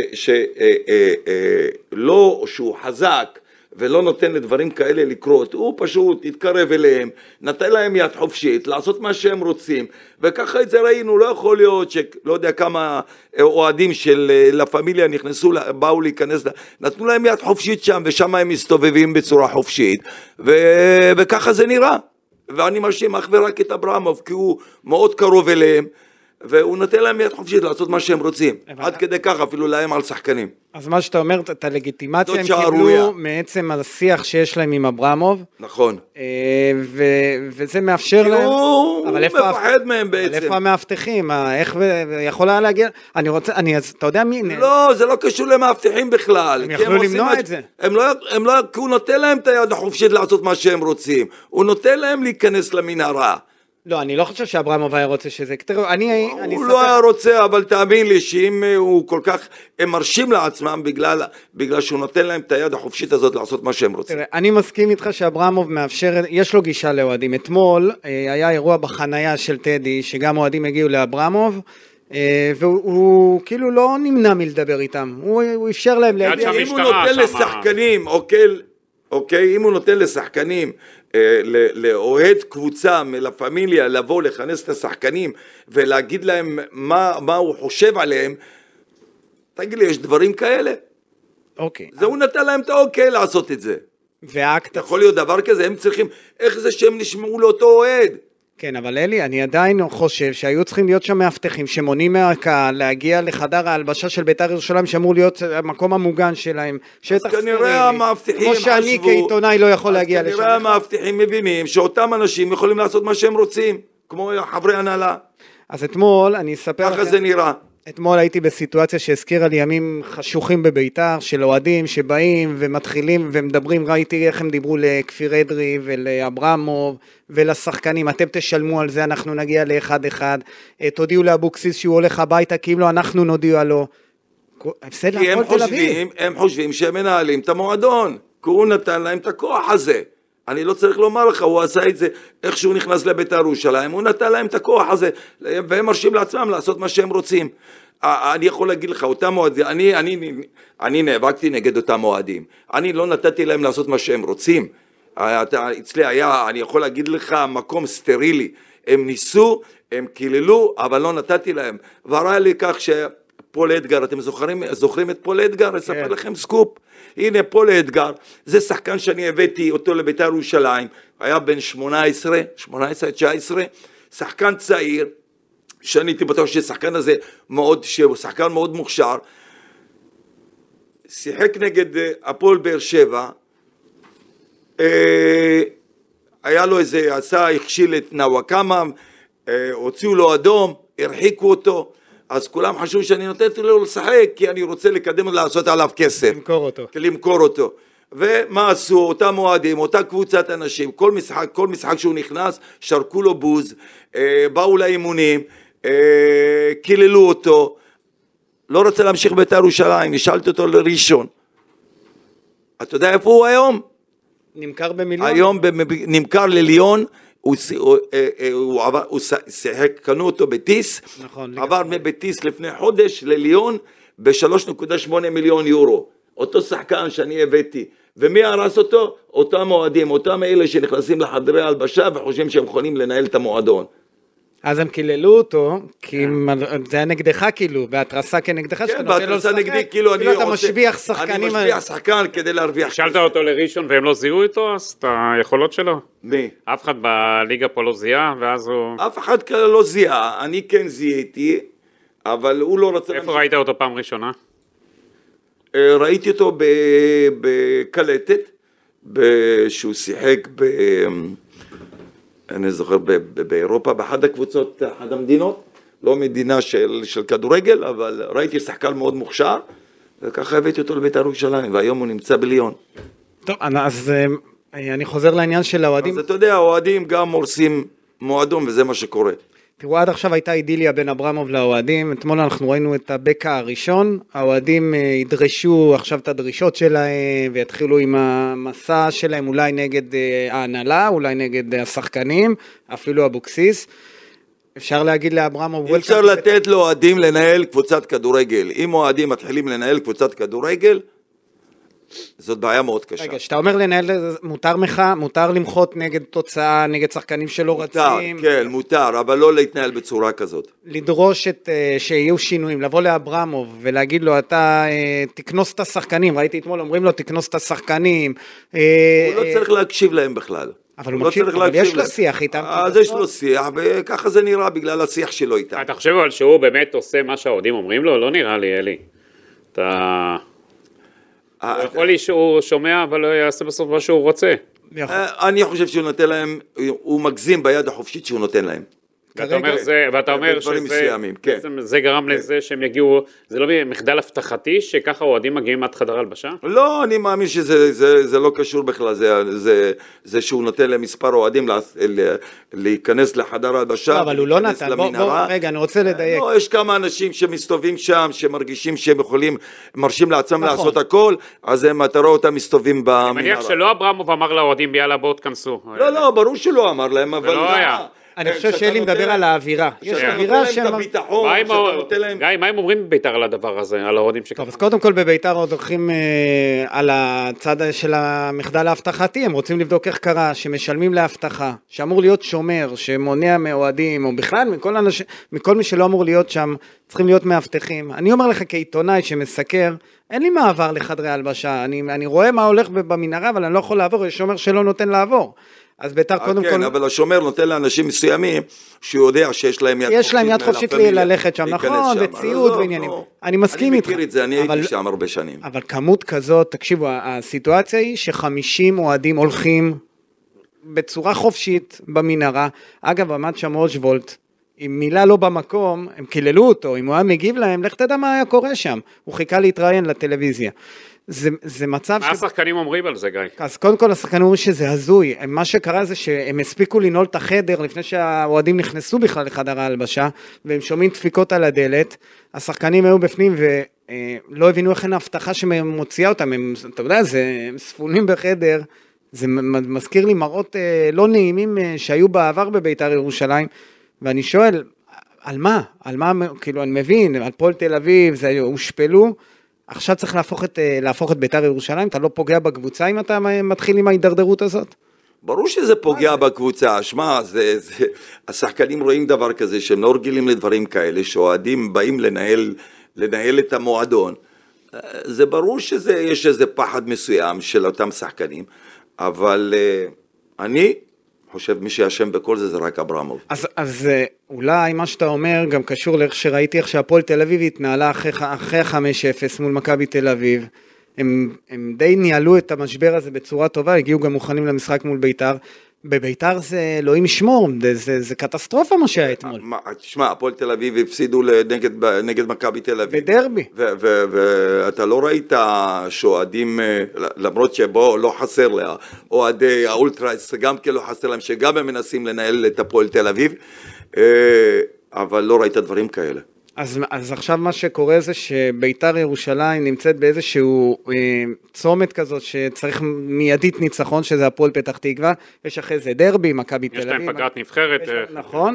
שהוא חזק, ולא נותן לדברים כאלה לקרות, הוא פשוט יתקרב אליהם, נתן להם יד חופשית, לעשות מה שהם רוצים, וככה את זה ראינו, לא יכול להיות שלא יודע כמה אוהדים של לה פמיליה נכנסו, באו להיכנס, נתנו להם יד חופשית שם, ושם הם מסתובבים בצורה חופשית, וככה זה נראה, ואני מאשים אך ורק את אברמוב, כי הוא מאוד קרוב אליהם, והוא נותן להם יד חופשית לעשות מה שהם רוצים, עד כדי כך אפילו להם על שחקנים. אז מה שאתה אומר, את הלגיטימציה הם קיבלו מעצם השיח שיש להם עם אברמוב. נכון. וזה מאפשר להם. הוא מפחד מהם בעצם. אבל איפה המאבטחים? איך יכול היה להגיע? אתה יודע מי? לא, זה לא קשור למאבטחים בכלל. הם יכלו למנוע את זה. הוא נותן להם את היד החופשית לעשות מה שהם רוצים. הוא נותן להם להיכנס למנהרה. לא, אני לא חושב שאברמוב היה רוצה שזה, הוא לא היה רוצה, אבל תאמין לי שאם הוא כל כך, הם מרשים לעצמם בגלל שהוא נותן להם את היד החופשית הזאת לעשות מה שהם רוצים. תראה, אני מסכים איתך שאברמוב מאפשר, יש לו גישה לאוהדים. אתמול היה אירוע בחנייה של טדי, שגם אוהדים הגיעו לאברמוב, והוא כאילו לא נמנע מלדבר איתם, הוא אפשר להם להגיע. אם הוא נותן לשחקנים, אוקיי, אוקיי? אם הוא נותן לשחקנים, לאוהד קבוצה מלפמיליה, לבוא לכנס את השחקנים ולהגיד להם מה הוא חושב עליהם, תגיד לי, יש דברים כאלה? אוקיי. זה הוא נתן להם את האוקיי לעשות את זה. והאקט... יכול להיות דבר כזה, הם צריכים, איך זה שהם נשמעו לאותו אוהד? כן, אבל אלי, אני עדיין חושב שהיו צריכים להיות שם מאבטחים שמונעים מהקהל להגיע לחדר ההלבשה של בית"ר ירושלים, שאמור להיות המקום המוגן שלהם, שטח סטרילי. כנראה המאבטחים כמו שאני כעיתונאי לא יכול להגיע לשם. כנראה המאבטחים מבינים שאותם אנשים יכולים לעשות מה שהם רוצים, כמו חברי הנהלה. אז אתמול, אני אספר לכם... ככה זה נראה. אתמול הייתי בסיטואציה שהזכירה לי ימים חשוכים בביתר, של אוהדים שבאים ומתחילים ומדברים, ראיתי איך הם דיברו לכפיר אדרי ולאברמוב ולשחקנים, אתם תשלמו על זה, אנחנו נגיע ל1-1, תודיעו לאבוקסיס שהוא הולך הביתה, כי אם לא אנחנו נודיע לו. הפסד להפועל תל אביב. הם חושבים שהם מנהלים את המועדון, כי הוא נתן להם את הכוח הזה. אני לא צריך לומר לך, הוא עשה את זה, איך שהוא נכנס לבית"ר ירושלים, הוא נתן להם את הכוח הזה, והם מרשים לעצמם לעשות מה שהם רוצים. אני יכול להגיד לך, אותם מועדים, אני נאבקתי נגד אותם מועדים, אני לא נתתי להם לעשות מה שהם רוצים, אצלי היה, אני יכול להגיד לך, מקום סטרילי, הם ניסו, הם קיללו, אבל לא נתתי להם, והראה לי כך שפול אדגר, אתם זוכרים את פול אדגר? אספר לכם סקופ, הנה פול אדגר, זה שחקן שאני הבאתי אותו לבית"ר ירושלים, היה בן 18, 19, שחקן צעיר, שאני הייתי בטוח ששחקן הזה שהוא שחקן מאוד מוכשר, שיחק נגד הפועל באר שבע, היה לו איזה, הכשיל את נוואקמה, הוציאו לו אדום, הרחיקו אותו, אז כולם חשבו שאני נותנתי לו לשחק, כי אני רוצה לקדם לעשות עליו כסף. למכור אותו. ומה עשו? אותם מועדים, אותה קבוצת אנשים, כל משחק שהוא נכנס, שרקו לו בוז, באו לאימונים, קיללו אותו, לא רוצה להמשיך בית"ר ירושלים, נשאלתי אותו לראשון. אתה יודע איפה הוא היום? נמכר במיליון? היום נמכר לליון, הוא שיחק, קנו אותו בטיס, נכון, עבר מבטיס לפני חודש לליון ב3.8 מיליון יורו, אותו שחקן שאני הבאתי, ומי הרס אותו? אותם מועדים, אותם אלה שנכנסים לחדרי הלבשה וחושבים שהם יכולים לנהל את המועדון. אז הם קיללו אותו, כי זה היה נגדך כאילו, בהתרסה כנגדך, כן, בהתרסה נגדי, כאילו אתה משביח שחקנים. אני משביח שחקן כדי להרוויח. שאלת אותו לראשון והם לא זיהו איתו, אז את היכולות שלו? מי? אף אחד בליגה פה לא זיהה, ואז הוא... אף אחד כאלה לא זיהה, אני כן זיהיתי, אבל הוא לא רצה... איפה ראית אותו פעם ראשונה? ראיתי אותו בקלטת, שהוא שיחק אני זוכר באירופה, באחד הקבוצות, אחת המדינות, לא מדינה של כדורגל, אבל ראיתי שחקן מאוד מוכשר, וככה הבאתי אותו לבית"ר ירושלים, והיום הוא נמצא בליון. טוב, אז אני חוזר לעניין של האוהדים. אז אתה יודע, האוהדים גם הורסים מועדון, וזה מה שקורה. תראו, עד עכשיו הייתה אידיליה בין אברמוב לאוהדים, אתמול אנחנו ראינו את הבקע הראשון, האוהדים ידרשו עכשיו את הדרישות שלהם, ויתחילו עם המסע שלהם, אולי נגד ההנהלה, אולי נגד השחקנים, אפילו אבוקסיס. אפשר להגיד לאברמוב... אפשר לתת לאוהדים לנהל קבוצת כדורגל. אם אוהדים מתחילים לנהל קבוצת כדורגל, זאת בעיה מאוד קשה. רגע, שאתה אומר לנהל, מותר למחות נגד תוצאה, נגד שחקנים שלא רצים. כן, מותר, אבל לא להתנהל בצורה כזאת. לדרוש שיהיו שינויים, לבוא לאברמוב ולהגיד לו, אתה תכנוס את השחקנים, ראיתי אתמול, אומרים לו, תכנוס את השחקנים. הוא לא צריך להקשיב להם בכלל. אבל הוא מקשיב, אבל יש לו שיח איתם. אז יש לו שיח, וככה זה נראה בגלל השיח שלו איתם. אתה חושב אבל שהוא באמת עושה מה שהאוהדים אומרים לו? לא נראה לי, אלי. אתה... הוא יכול לי שהוא שומע, אבל לא יעשה בסוף מה שהוא רוצה. אני חושב שהוא נותן להם, הוא מגזים ביד החופשית שהוא נותן להם. ואתה אומר שזה גרם לזה שהם יגיעו, זה לא מחדל הבטחתי שככה אוהדים מגיעים עד חדר הלבשה? לא, אני מאמין שזה לא קשור בכלל, זה שהוא נותן למספר אוהדים להיכנס לחדר הלבשה, אבל הוא לא נתן, בוא, רגע, אני רוצה לדייק. לא, יש כמה אנשים שמסתובבים שם, שמרגישים שהם יכולים, מרשים לעצמם לעשות הכל, אז אתה רואה אותם מסתובבים במנהרה. אני מניח שלא אברמוב אמר לאוהדים, יאללה בואו תכנסו. לא, ברור שלא אמר להם, אבל... אני חושב שאלי מדבר על האווירה. יש אווירה שאתה נותן להם את הביטחון, שאתה נותן להם... גיא, מה הם אומרים בביתר על הדבר הזה, על האוהדים שככה? טוב, אז קודם כל בביתר עוד הולכים על הצד של המחדל ההבטחתי, הם רוצים לבדוק איך קרה, שמשלמים להבטחה, שאמור להיות שומר, שמונע מאוהדים, או בכלל מכל מי שלא אמור להיות שם, צריכים להיות מאבטחים. אני אומר לך כעיתונאי שמסקר, אין לי מעבר לחדרי הלבשה, אני רואה מה הולך במנהרה, אבל אני לא יכול לעבור, יש שומר שלא נותן לעבור. אז ביתר קודם כל... כן, אבל השומר נותן לאנשים מסוימים, שהוא יודע שיש להם יד חופשית. יש להם יד חופשית ללכת שם, נכון, וציוד ועניינים. אני מסכים איתך. אני מכיר את זה, אני הייתי שם הרבה שנים. אבל כמות כזאת, תקשיבו, הסיטואציה היא ש50 אוהדים הולכים בצורה חופשית במנהרה. אגב, עמד שם אושוולט, עם מילה לא במקום, הם קיללו אותו, אם הוא היה מגיב להם, לך תדע מה היה קורה שם. הוא חיכה להתראיין לטלוויזיה. זה מצב מה השחקנים אומרים על זה, גיא? אז קודם כל השחקנים אומרים שזה הזוי, מה שקרה זה שהם הספיקו לנעול את החדר לפני שהאוהדים נכנסו בכלל לחדר ההלבשה, והם שומעים דפיקות על הדלת, השחקנים היו בפנים ולא הבינו איך אין ההבטחה שמוציאה אותם, אתה יודע, הם ספונים בחדר, זה מזכיר לי מראות לא נעימים שהיו בעבר בביתר ירושלים, ואני שואל, על מה? כאילו אני מבין, על פועל תל אביב, זה הושפלו, עכשיו צריך להפוך את ביתר ירושלים, אתה לא פוגע בקבוצה אם אתה מתחיל עם ההידרדרות הזאת? ברור שזה פוגע בקבוצה, שמע, השחקנים רואים דבר כזה, שהם לא רגילים לדברים כאלה, שאוהדים באים לנהל את המועדון, זה ברור שיש איזה פחד מסוים של אותם שחקנים, אבל אני חושב מי שישם בכל זה רק אברמוב. אז אולי מה שאתה אומר גם קשור לאיך שראיתי איך שהפועל תל אביב התנהלה אחרי 5-0 מול מכבי תל אביב, הם די ניהלו את המשבר הזה בצורה טובה, הגיעו גם מוכנים למשחק מול ביתר, בביתר זה אלוהים ישמור, זה קטסטרופה מה שהיה אתמול. תשמע, הפועל תל אביב הפסידו נגד מכבי תל אביב. בדרבי. ואתה לא ראית שאוהדים, למרות שבו לא חסר לה, אוהדי האולטרס גם כן לא חסר להם, שגם הם מנסים לנהל את הפועל תל אביב, אבל לא ראית דברים כאלה. אז עכשיו מה שקורה זה שביתר ירושלים נמצאת באיזשהו צומת כזאת שצריך מיידית ניצחון, שזה הפועל פתח תקווה, יש אחרי זה דרבי, מכבי תל אביב. יש להם פגרת נבחרת. נכון.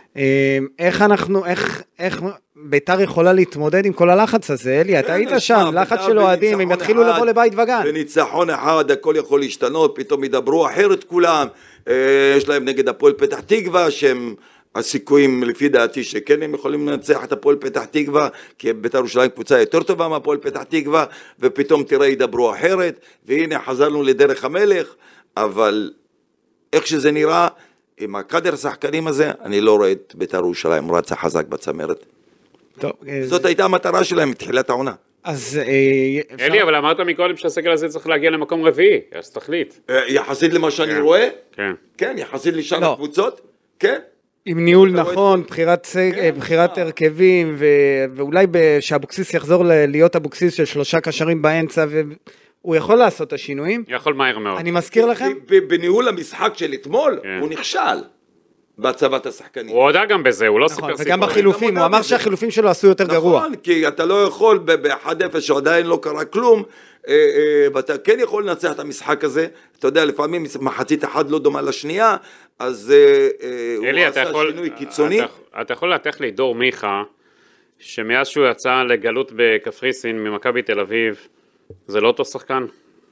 איך ביתר יכולה להתמודד עם כל הלחץ הזה? אלי, אתה היית שם, לחץ של אוהדים, הם יתחילו לבוא לבית וגן. בניצחון אחד הכל יכול להשתנות, פתאום ידברו אחרת כולם, יש להם נגד הפועל פתח תקווה שהם... הסיכויים לפי דעתי שכן הם יכולים לנצח את הפועל פתח תקווה, כי ביתר ירושלים קבוצה יותר טובה מהפועל פתח תקווה, ופתאום תראה ידברו אחרת, והנה חזרנו לדרך המלך, אבל איך שזה נראה, עם הקדר השחקנים הזה, אני לא רואה את ביתר ירושלים רצה חזק בצמרת. טוב, זאת הייתה המטרה שלהם מתחילת העונה. אז אלי, אבל אמרת מקודם שהסגל הזה צריך להגיע למקום רביעי, אז תחליט. יחסית למה שאני רואה? כן. כן, יחסית לשאר הקבוצות? כן. עם ניהול נכון, בחירת הרכבים, ואולי שאבוקסיס יחזור להיות אבוקסיס של 3 קשרים באמצע, והוא יכול לעשות את השינויים. יכול מהר מאוד. אני מזכיר לכם. בניהול המשחק של אתמול, הוא נכשל. בהצבת השחקנים. הוא הודה גם בזה, הוא לא סיפר סיפור. וגם בחילופים, הוא אמר שהחילופים שלו עשו יותר גרוע. נכון, כי אתה לא יכול ב-1-0 שעדיין לא קרה כלום, ואתה כן יכול לנצח את המשחק הזה, אתה יודע, לפעמים מחצית אחת לא דומה לשנייה, אז הוא עשה שינוי קיצוני. אתה יכול להתח לי דור מיכה, שמאז שהוא יצא לגלות בקפריסין ממכבי תל אביב, זה לא אותו שחקן?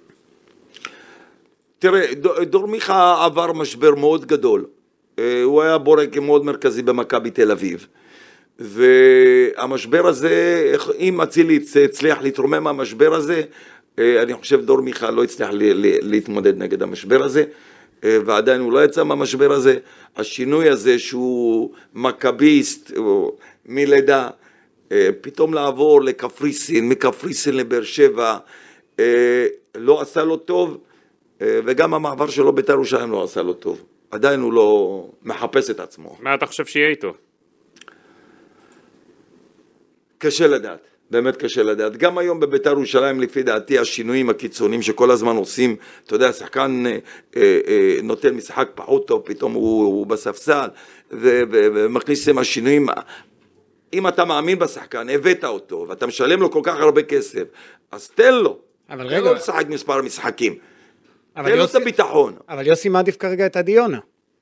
תראה, דור מיכה עבר משבר מאוד גדול, הוא היה בורג מאוד מרכזי במכבי תל אביב, והמשבר הזה, אם אצילי הצליח להתרומם מהמשבר הזה, אני חושב דור מיכה לא הצליח להתמודד נגד המשבר הזה, ועדיין הוא לא יצא מהמשבר הזה. השינוי הזה שהוא מכביסט מלידה, פתאום לעבור לקפריסין, מקפריסין לבאר שבע, לא עשה לו טוב, וגם המעבר שלו בית"ר ירושלים לא עשה לו טוב. עדיין הוא לא מחפש את עצמו. מה אתה חושב שיהיה איתו? קשה לדעת, באמת קשה לדעת. גם היום בבית"ר ירושלים לפי דעתי השינויים הקיצוניים שכל הזמן עושים, אתה יודע, שחקן נותן משחק פחות טוב, פתאום הוא בספסל, ומכניס עם השינויים. אם אתה מאמין בשחקן, הבאת אותו, ואתה משלם לו כל כך הרבה כסף, אז תן לו. אבל תן לו לשחק מספר משחקים. תן לו את הביטחון. אבל יוסי מעדיף כרגע את הדיונה.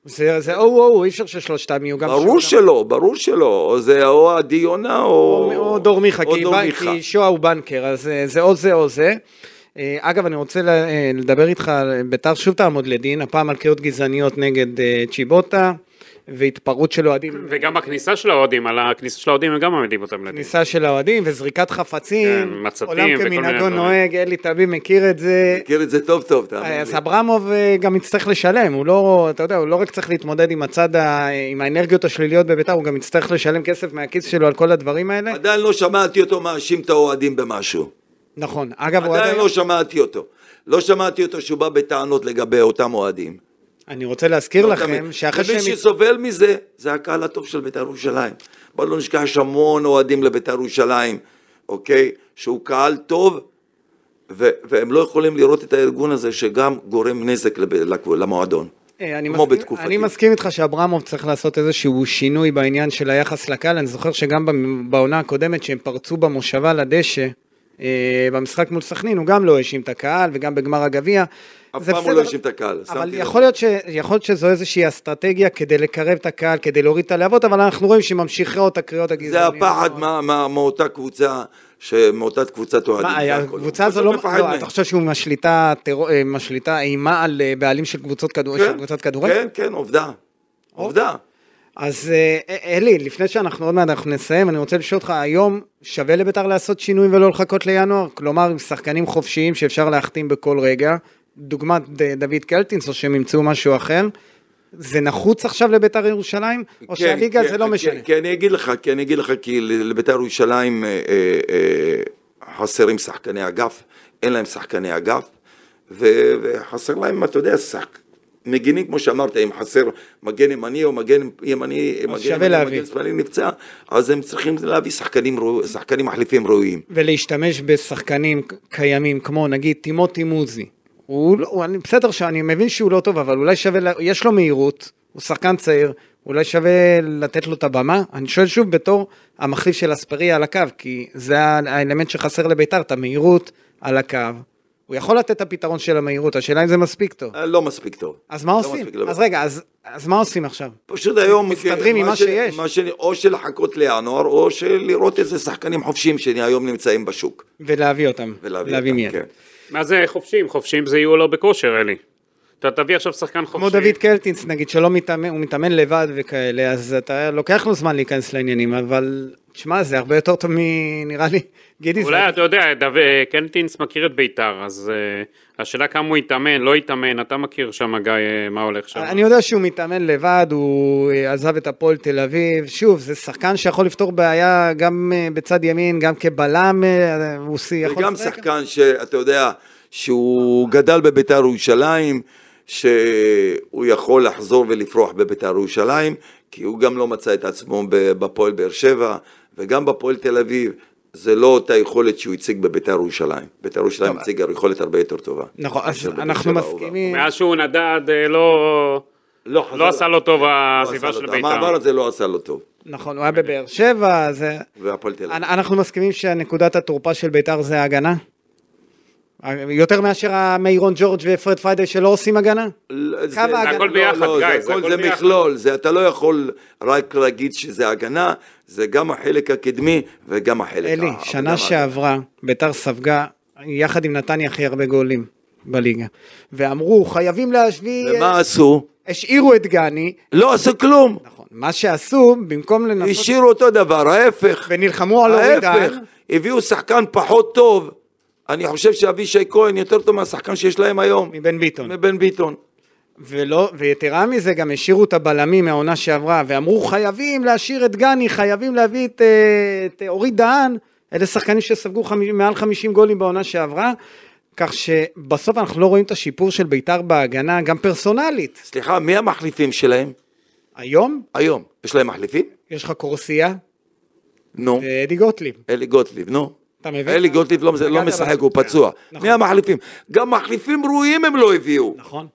זה או, אי אפשר ששלושתם יהיו גם ברור שלא, זה או עדי יונה או דור מיכה, כי שואה הוא בנקר, אז זה או זה או זה. אגב, אני רוצה לדבר איתך, בית"ר שוב תעמוד לדין, הפעם על קריאות גזעניות נגד צ'יבוטה, והתפרעות של אוהדים. וגם הכניסה של האוהדים, על הכניסה של האוהדים הם גם מעמידים אותם לדין. כניסה של האוהדים וזריקת חפצים, מצתים עולם כמנהגו נוהג, אלי טביב מכיר את זה. מכיר את זה טוב, אז אברמוב גם יצטרך לשלם, הוא לא, אתה יודע, הוא לא רק צריך להתמודד עם הצד, עם האנרגיות השליליות בבית"ר, הוא גם יצטרך לשלם כסף מהכיס שלו על כל הדברים האלה. עדיין לא שמעתי אותו מאשים את האוהדים במשהו. נכון, אגב, עדיין לא שמעתי אותו. לא שמעתי אותו שהוא בא בטענות לגבי אותם אוהדים. אני רוצה להזכיר לכם שאחרי ומי שסובל מזה, זה הקהל הטוב של בית"ר ירושלים. בוא לא נשכח המון אוהדים לבית"ר ירושלים, אוקיי? שהוא קהל טוב, והם לא יכולים לראות את הארגון הזה שגם גורם נזק למועדון. אני מסכים איתך שאברמוב צריך לעשות איזשהו שינוי בעניין של היחס לקהל. אני זוכר שגם בעונה הקודמת שהם פרצו במושבה לדשא, במשחק מול סכנין, הוא גם לא האשים את הקהל, וגם בגמר הגביע. אף פעם הוא לא האשים את הקהל. אבל יכול להיות שזו איזושהי אסטרטגיה כדי לקרב את הקהל, כדי להוריד את הלהבות, אבל אנחנו רואים שממשיכה אותה קריאות הגזעניות. זה הפחד מאותה קבוצה, מאותה קבוצת אוהדים. הקבוצה הזו לא, אתה חושב שהוא משליטה אימה על בעלים של קבוצות כדורגל? כן, עובדה. אז אלי, לפני שאנחנו עוד מעט אנחנו נסיים, אני רוצה לשאול אותך, היום שווה לבית"ר לעשות שינוי ולא לחכות לינואר? כלומר, עם שחקנים חופשיים שאפשר להחתים בכל רגע, דוגמת דוד קלטינס, או שהם ימצאו משהו אחר, זה נחוץ עכשיו לבית"ר ירושלים? או שהליגה זה לא משנה? כי אני אגיד לך, כי לבית"ר ירושלים חסרים שחקני אגף, אין להם שחקני אגף, וחסר להם, אתה יודע, מגנים, כמו שאמרת, אם חסר מגן ימני או מגן שמאלי נפצע, אז הם צריכים להביא שחקנים מחליפים ראויים. ולהשתמש בשחקנים קיימים, כמו נגיד טימותי מוזי. בסדר שאני מבין שהוא לא טוב, אבל אולי שווה, יש לו מהירות, הוא שחקן צעיר, אולי שווה לתת לו את הבמה. אני שואל שוב בתור המחליף של אספריה על הקו, כי זה האלמנט שחסר לבית"ר, את המהירות על הקו. הוא יכול לתת את הפתרון של המהירות, השאלה אם זה מספיק טוב. לא מספיק טוב. אז מה עושים? אז רגע, אז מה עושים עכשיו? פשוט היום מסתדרים עם מה שיש. או של לחכות לינואר, או של לראות איזה שחקנים חופשיים שהיום נמצאים בשוק. ולהביא אותם. להביא מיד. מה זה חופשיים? חופשיים זה יהיו לא בכושר, אלי. אתה תביא עכשיו שחקן חופשי. כמו דוד קלטינס, נגיד, שלא מתאמן, הוא מתאמן לבד וכאלה, אז אתה לוקח לו זמן להיכנס לעניינים, אבל תשמע, זה הרבה יותר טוב נראה לי, גידי. אולי אתה יודע, קלטינס מכיר את בית"ר, אז השאלה כמה הוא יתאמן, לא יתאמן, אתה מכיר שם גיא, מה הולך שם? אני יודע שהוא מתאמן לבד, הוא עזב את הפועל תל אביב, שוב, זה שחקן שיכול לפתור בעיה גם בצד ימין, גם כבלם, וגם שחקן שאתה יודע, שהוא גדל בבית"ר ירושלים, שהוא יכול לחזור ולפרוח בבית"ר ירושלים, כי הוא גם לא מצא את עצמו בפועל באר שבע, וגם בפועל תל אביב, זה לא אותה יכולת שהוא הציג בבית"ר ירושלים. בית"ר ירושלים הציג יכולת הרבה יותר טובה. נכון, אז אנחנו מסכימים. מאז שהוא נדד, לא עשה לו טוב העזיבה של בית"ר. המעבר הזה לא עשה לו טוב. נכון, הוא היה בבאר שבע, והפועל תל אביב. אנחנו מסכימים שהנקודת התורפה של בית"ר זה ההגנה? יותר מאשר המיירון ג'ורג' ופרד פריידי שלא עושים הגנה? זה הכל ביחד, גיא, זה הכל ביחד. זה מכלול, אתה לא יכול רק להגיד שזה הגנה, זה גם החלק הקדמי וגם החלק... אלי, שנה שעברה, בית"ר ספגה יחד עם נתניה הכי הרבה גולים בליגה, ואמרו חייבים להשווי... ומה עשו? השאירו את גני. לא עשו כלום. נכון, מה שעשו, במקום לנסות... השאירו אותו דבר, ההפך. ונלחמו על אורידן. הביאו שחקן פחות טוב. אני חושב שאבישי כהן יותר טוב מהשחקן שיש להם היום. מבן ביטון. ויתרה מזה גם השאירו את הבלמים מהעונה שעברה, ואמרו חייבים להשאיר את גני, חייבים להביא את אורי דהן, אלה שחקנים שספגו מעל 50 גולים בעונה שעברה, כך שבסוף אנחנו לא רואים את השיפור של בית"ר בהגנה, גם פרסונלית. סליחה, מי המחליפים שלהם? היום? היום. יש להם מחליפים? יש לך קורסיה. נו. ואדי גוטליב. אלי גוטליב, נו. אלי גוטליב לא משחק, הוא פצוע. מי המחליפים? גם מחליפים ראויים הם לא הביאו. נכון.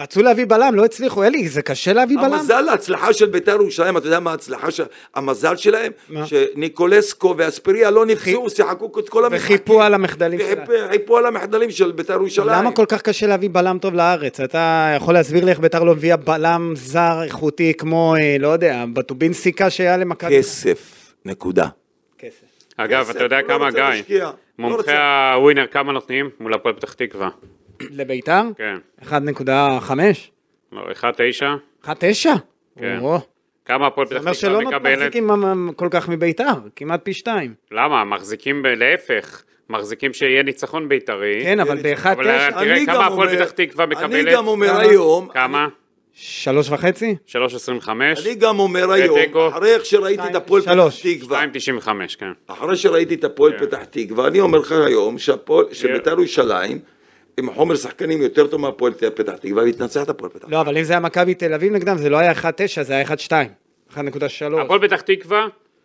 רצו להביא בלם, לא הצליחו, אלי, זה קשה להביא בלם? המזל, ההצלחה של בית"ר ירושלים, אתה יודע מה ההצלחה, המזל שלהם? מה? שניקולסקו ואספריה לא נפצעו, שיחקו את כל המשחקים. וחיפו על המחדלים שלהם. וחיפו על המחדלים של בית"ר ירושלים. למה כל כך קשה להביא בלם טוב לארץ? אתה יכול להסביר לי איך בית"ר לא הביאה בלם זר איכותי כמו, לא יודע, בטובינסיקה שהיה למכבי? כסף, נקודה. כסף. אגב, אתה יודע לא כמה, רוצה גיא, להשקיע, לא מומחי רוצה. הווינר, כמה נותנים מול הפועל פתח תקווה? לבית"ר? כן. 1.5? לא, 1.9? 1.9? כן. או. כמה הפועל זה פתח אומר שלא תקווה מקבלת? מחזיקים כל כך מבית"ר, כמעט פי 2. למה? מחזיקים להפך. מחזיקים שיהיה ניצחון בית"רי. כן, אבל ב-1.9. תראה כמה הפועל פתח תקווה מקבלת. אני גם אומר היום, כמה? 3.5? 3.25. אני גם אומר היום, ותיקו. אחרי איך שראיתי את הפועל פתח 3. תקווה, 2.95, כן. אחרי שראיתי את הפועל כן. פתח תקווה, אני אומר לך היום שבית"ר ירושלים, עם חומר שחקנים יותר טוב מהפועל פתח תקווה, והתנצח את הפועל פתח תקווה. לא, אבל אם זה היה מכבי תל אביב נגדם, זה לא היה 1.9, זה היה 1.2. 1.3. הפועל פתח תקווה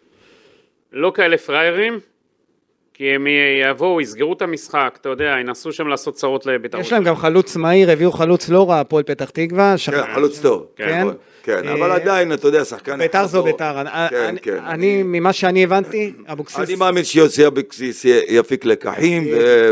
לא כאלה פריירים, כי הם יבואו, יסגרו את המשחק, אתה יודע, ינסו שם לעשות צרות לבית"ר. יש להם גם חלוץ מהיר, הביאו חלוץ לא רע, הפועל פתח תקווה. כן, חלוץ טוב. כן. נכון. כן, אבל עדיין, אתה יודע, שחקן... בית"ר זו בית"ר. כן, כן. אני, ממה שאני הבנתי, אבוקסיס... אני מאמין שיוסי אבוקסיס יפיק לקחים,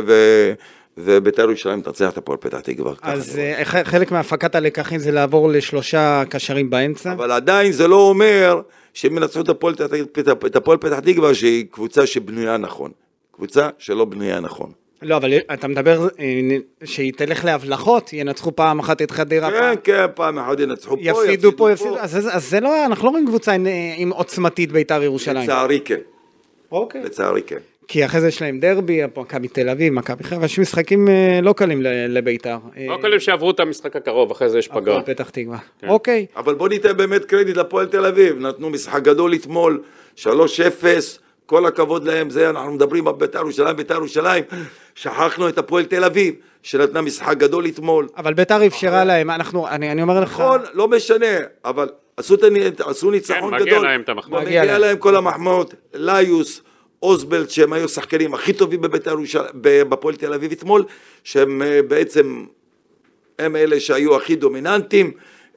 ובית"ר ירושלים תנצח את הפועל פתח תקווה. אז חלק מהפקת הלקחים זה לעבור לשלושה קשרים באמצע. אבל עדיין זה לא אומר שהם ינצחו את הפועל פתח תקווה, שהיא קבוצה שבנויה נכון. קבוצה שלא בנויה נכון. לא, אבל אתה מדבר שהיא תלך להבלחות, ינצחו פעם אחת את חדרה. כן, כן, פעם אחת ינצחו פה, יפסידו פה. אז זה לא, אנחנו לא רואים קבוצה עם עוצמתית בית"ר ירושלים. לצערי כן. אוקיי. לצערי כן. כי אחרי זה יש להם דרבי, מכבי תל אביב, מכבי חיפה, יש משחקים לא קלים לבית"ר. לא קלים שעברו את המשחק הקרוב, אחרי זה יש פגרה. הפועל פתח תקווה. אוקיי. אבל בוא ניתן באמת קרדיט לפועל תל אביב, נתנו משחק גדול אתמול, 3-0, כל הכבוד להם, זה אנחנו מדברים על בית"ר ירושלים, שכחנו את הפועל תל אביב, שנתנה משחק גדול אתמול. אבל בית"ר אפשרה להם, אני אומר לך... נכון, לא משנה, אבל עשו ניצחון גדול. מגיע להם את המחמאות. מגיע להם כל המחמאות, ליוס, אוזבלט, שהם היו שחקנים הכי טובים בפועל תל אביב אתמול, שהם בעצם, הם אלה שהיו הכי דומיננטיים,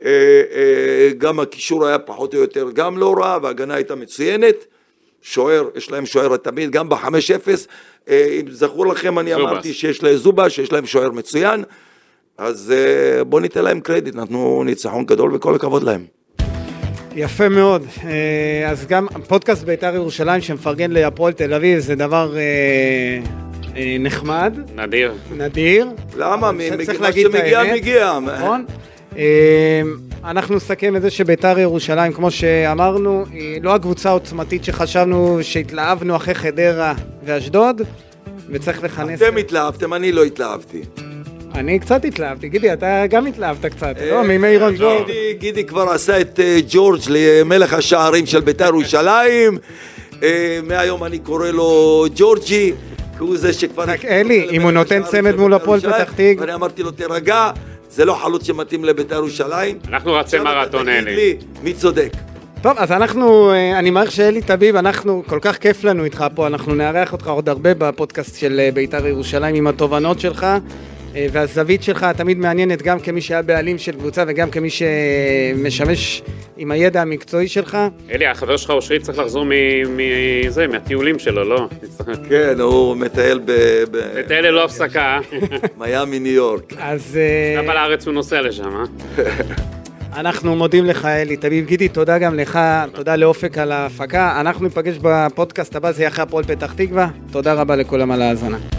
גם הקישור היה פחות או יותר גם לא רע, וההגנה הייתה מצוינת, שוער, יש להם שוער תמיד, גם ב-5-0, אם זכור לכם, אני אמרתי שיש להם זובה, שיש להם שוער מצוין, אז בוא ניתן להם קרדיט, נתנו ניצחון גדול וכל הכבוד להם. יפה מאוד, אז גם פודקאסט בית"ר ירושלים שמפרגן להפועל תל אביב זה דבר נחמד. נדיר. למה? מה שמגיע מגיע. נכון. אנחנו נסכם את זה שבית"ר ירושלים, כמו שאמרנו, היא לא הקבוצה העוצמתית שחשבנו שהתלהבנו אחרי חדרה ואשדוד, וצריך לכנס... אתם התלהבתם, אני לא התלהבתי. אני קצת התלהבתי, גידי, אתה גם התלהבת קצת, לא? ממאירון ג'ורג'. גידי כבר עשה את ג'ורג' למלך השערים של בית"ר ירושלים, מהיום אני קורא לו ג'ורג'י, כי הוא זה שכבר... אלי, אם הוא נותן צמד מול הפועל פתח תקווה. ואני אמרתי לו, תרגע, זה לא חלוץ שמתאים לבית"ר ירושלים. אנחנו רצי מרתון אלי. תגיד לי, מי צודק? טוב, אז אנחנו, אני מעריך שאלי תביב, אנחנו, כל כך כיף לנו איתך פה, אנחנו נארח אותך עוד הרבה בפודקאסט של בית"ר ירושלים עם התובנות שלך. והזווית שלך תמיד מעניינת גם כמי שהיה בעלים של קבוצה וגם כמי שמשמש עם הידע המקצועי שלך. אלי, החבר שלך אושרי צריך לחזור מהטיולים שלו, לא? כן, הוא מטייל מטייל ללא הפסקה. מיאמי, ניו יורק. אז... גם על הארץ הוא נוסע לשם, אנחנו מודים לך, אלי תביב. גידי, תודה גם לך, תודה לאופק על ההפקה. אנחנו ניפגש בפודקאסט הבא, זה יהיה אחרי הפועל פתח תקווה. תודה רבה לכולם על ההאזנה.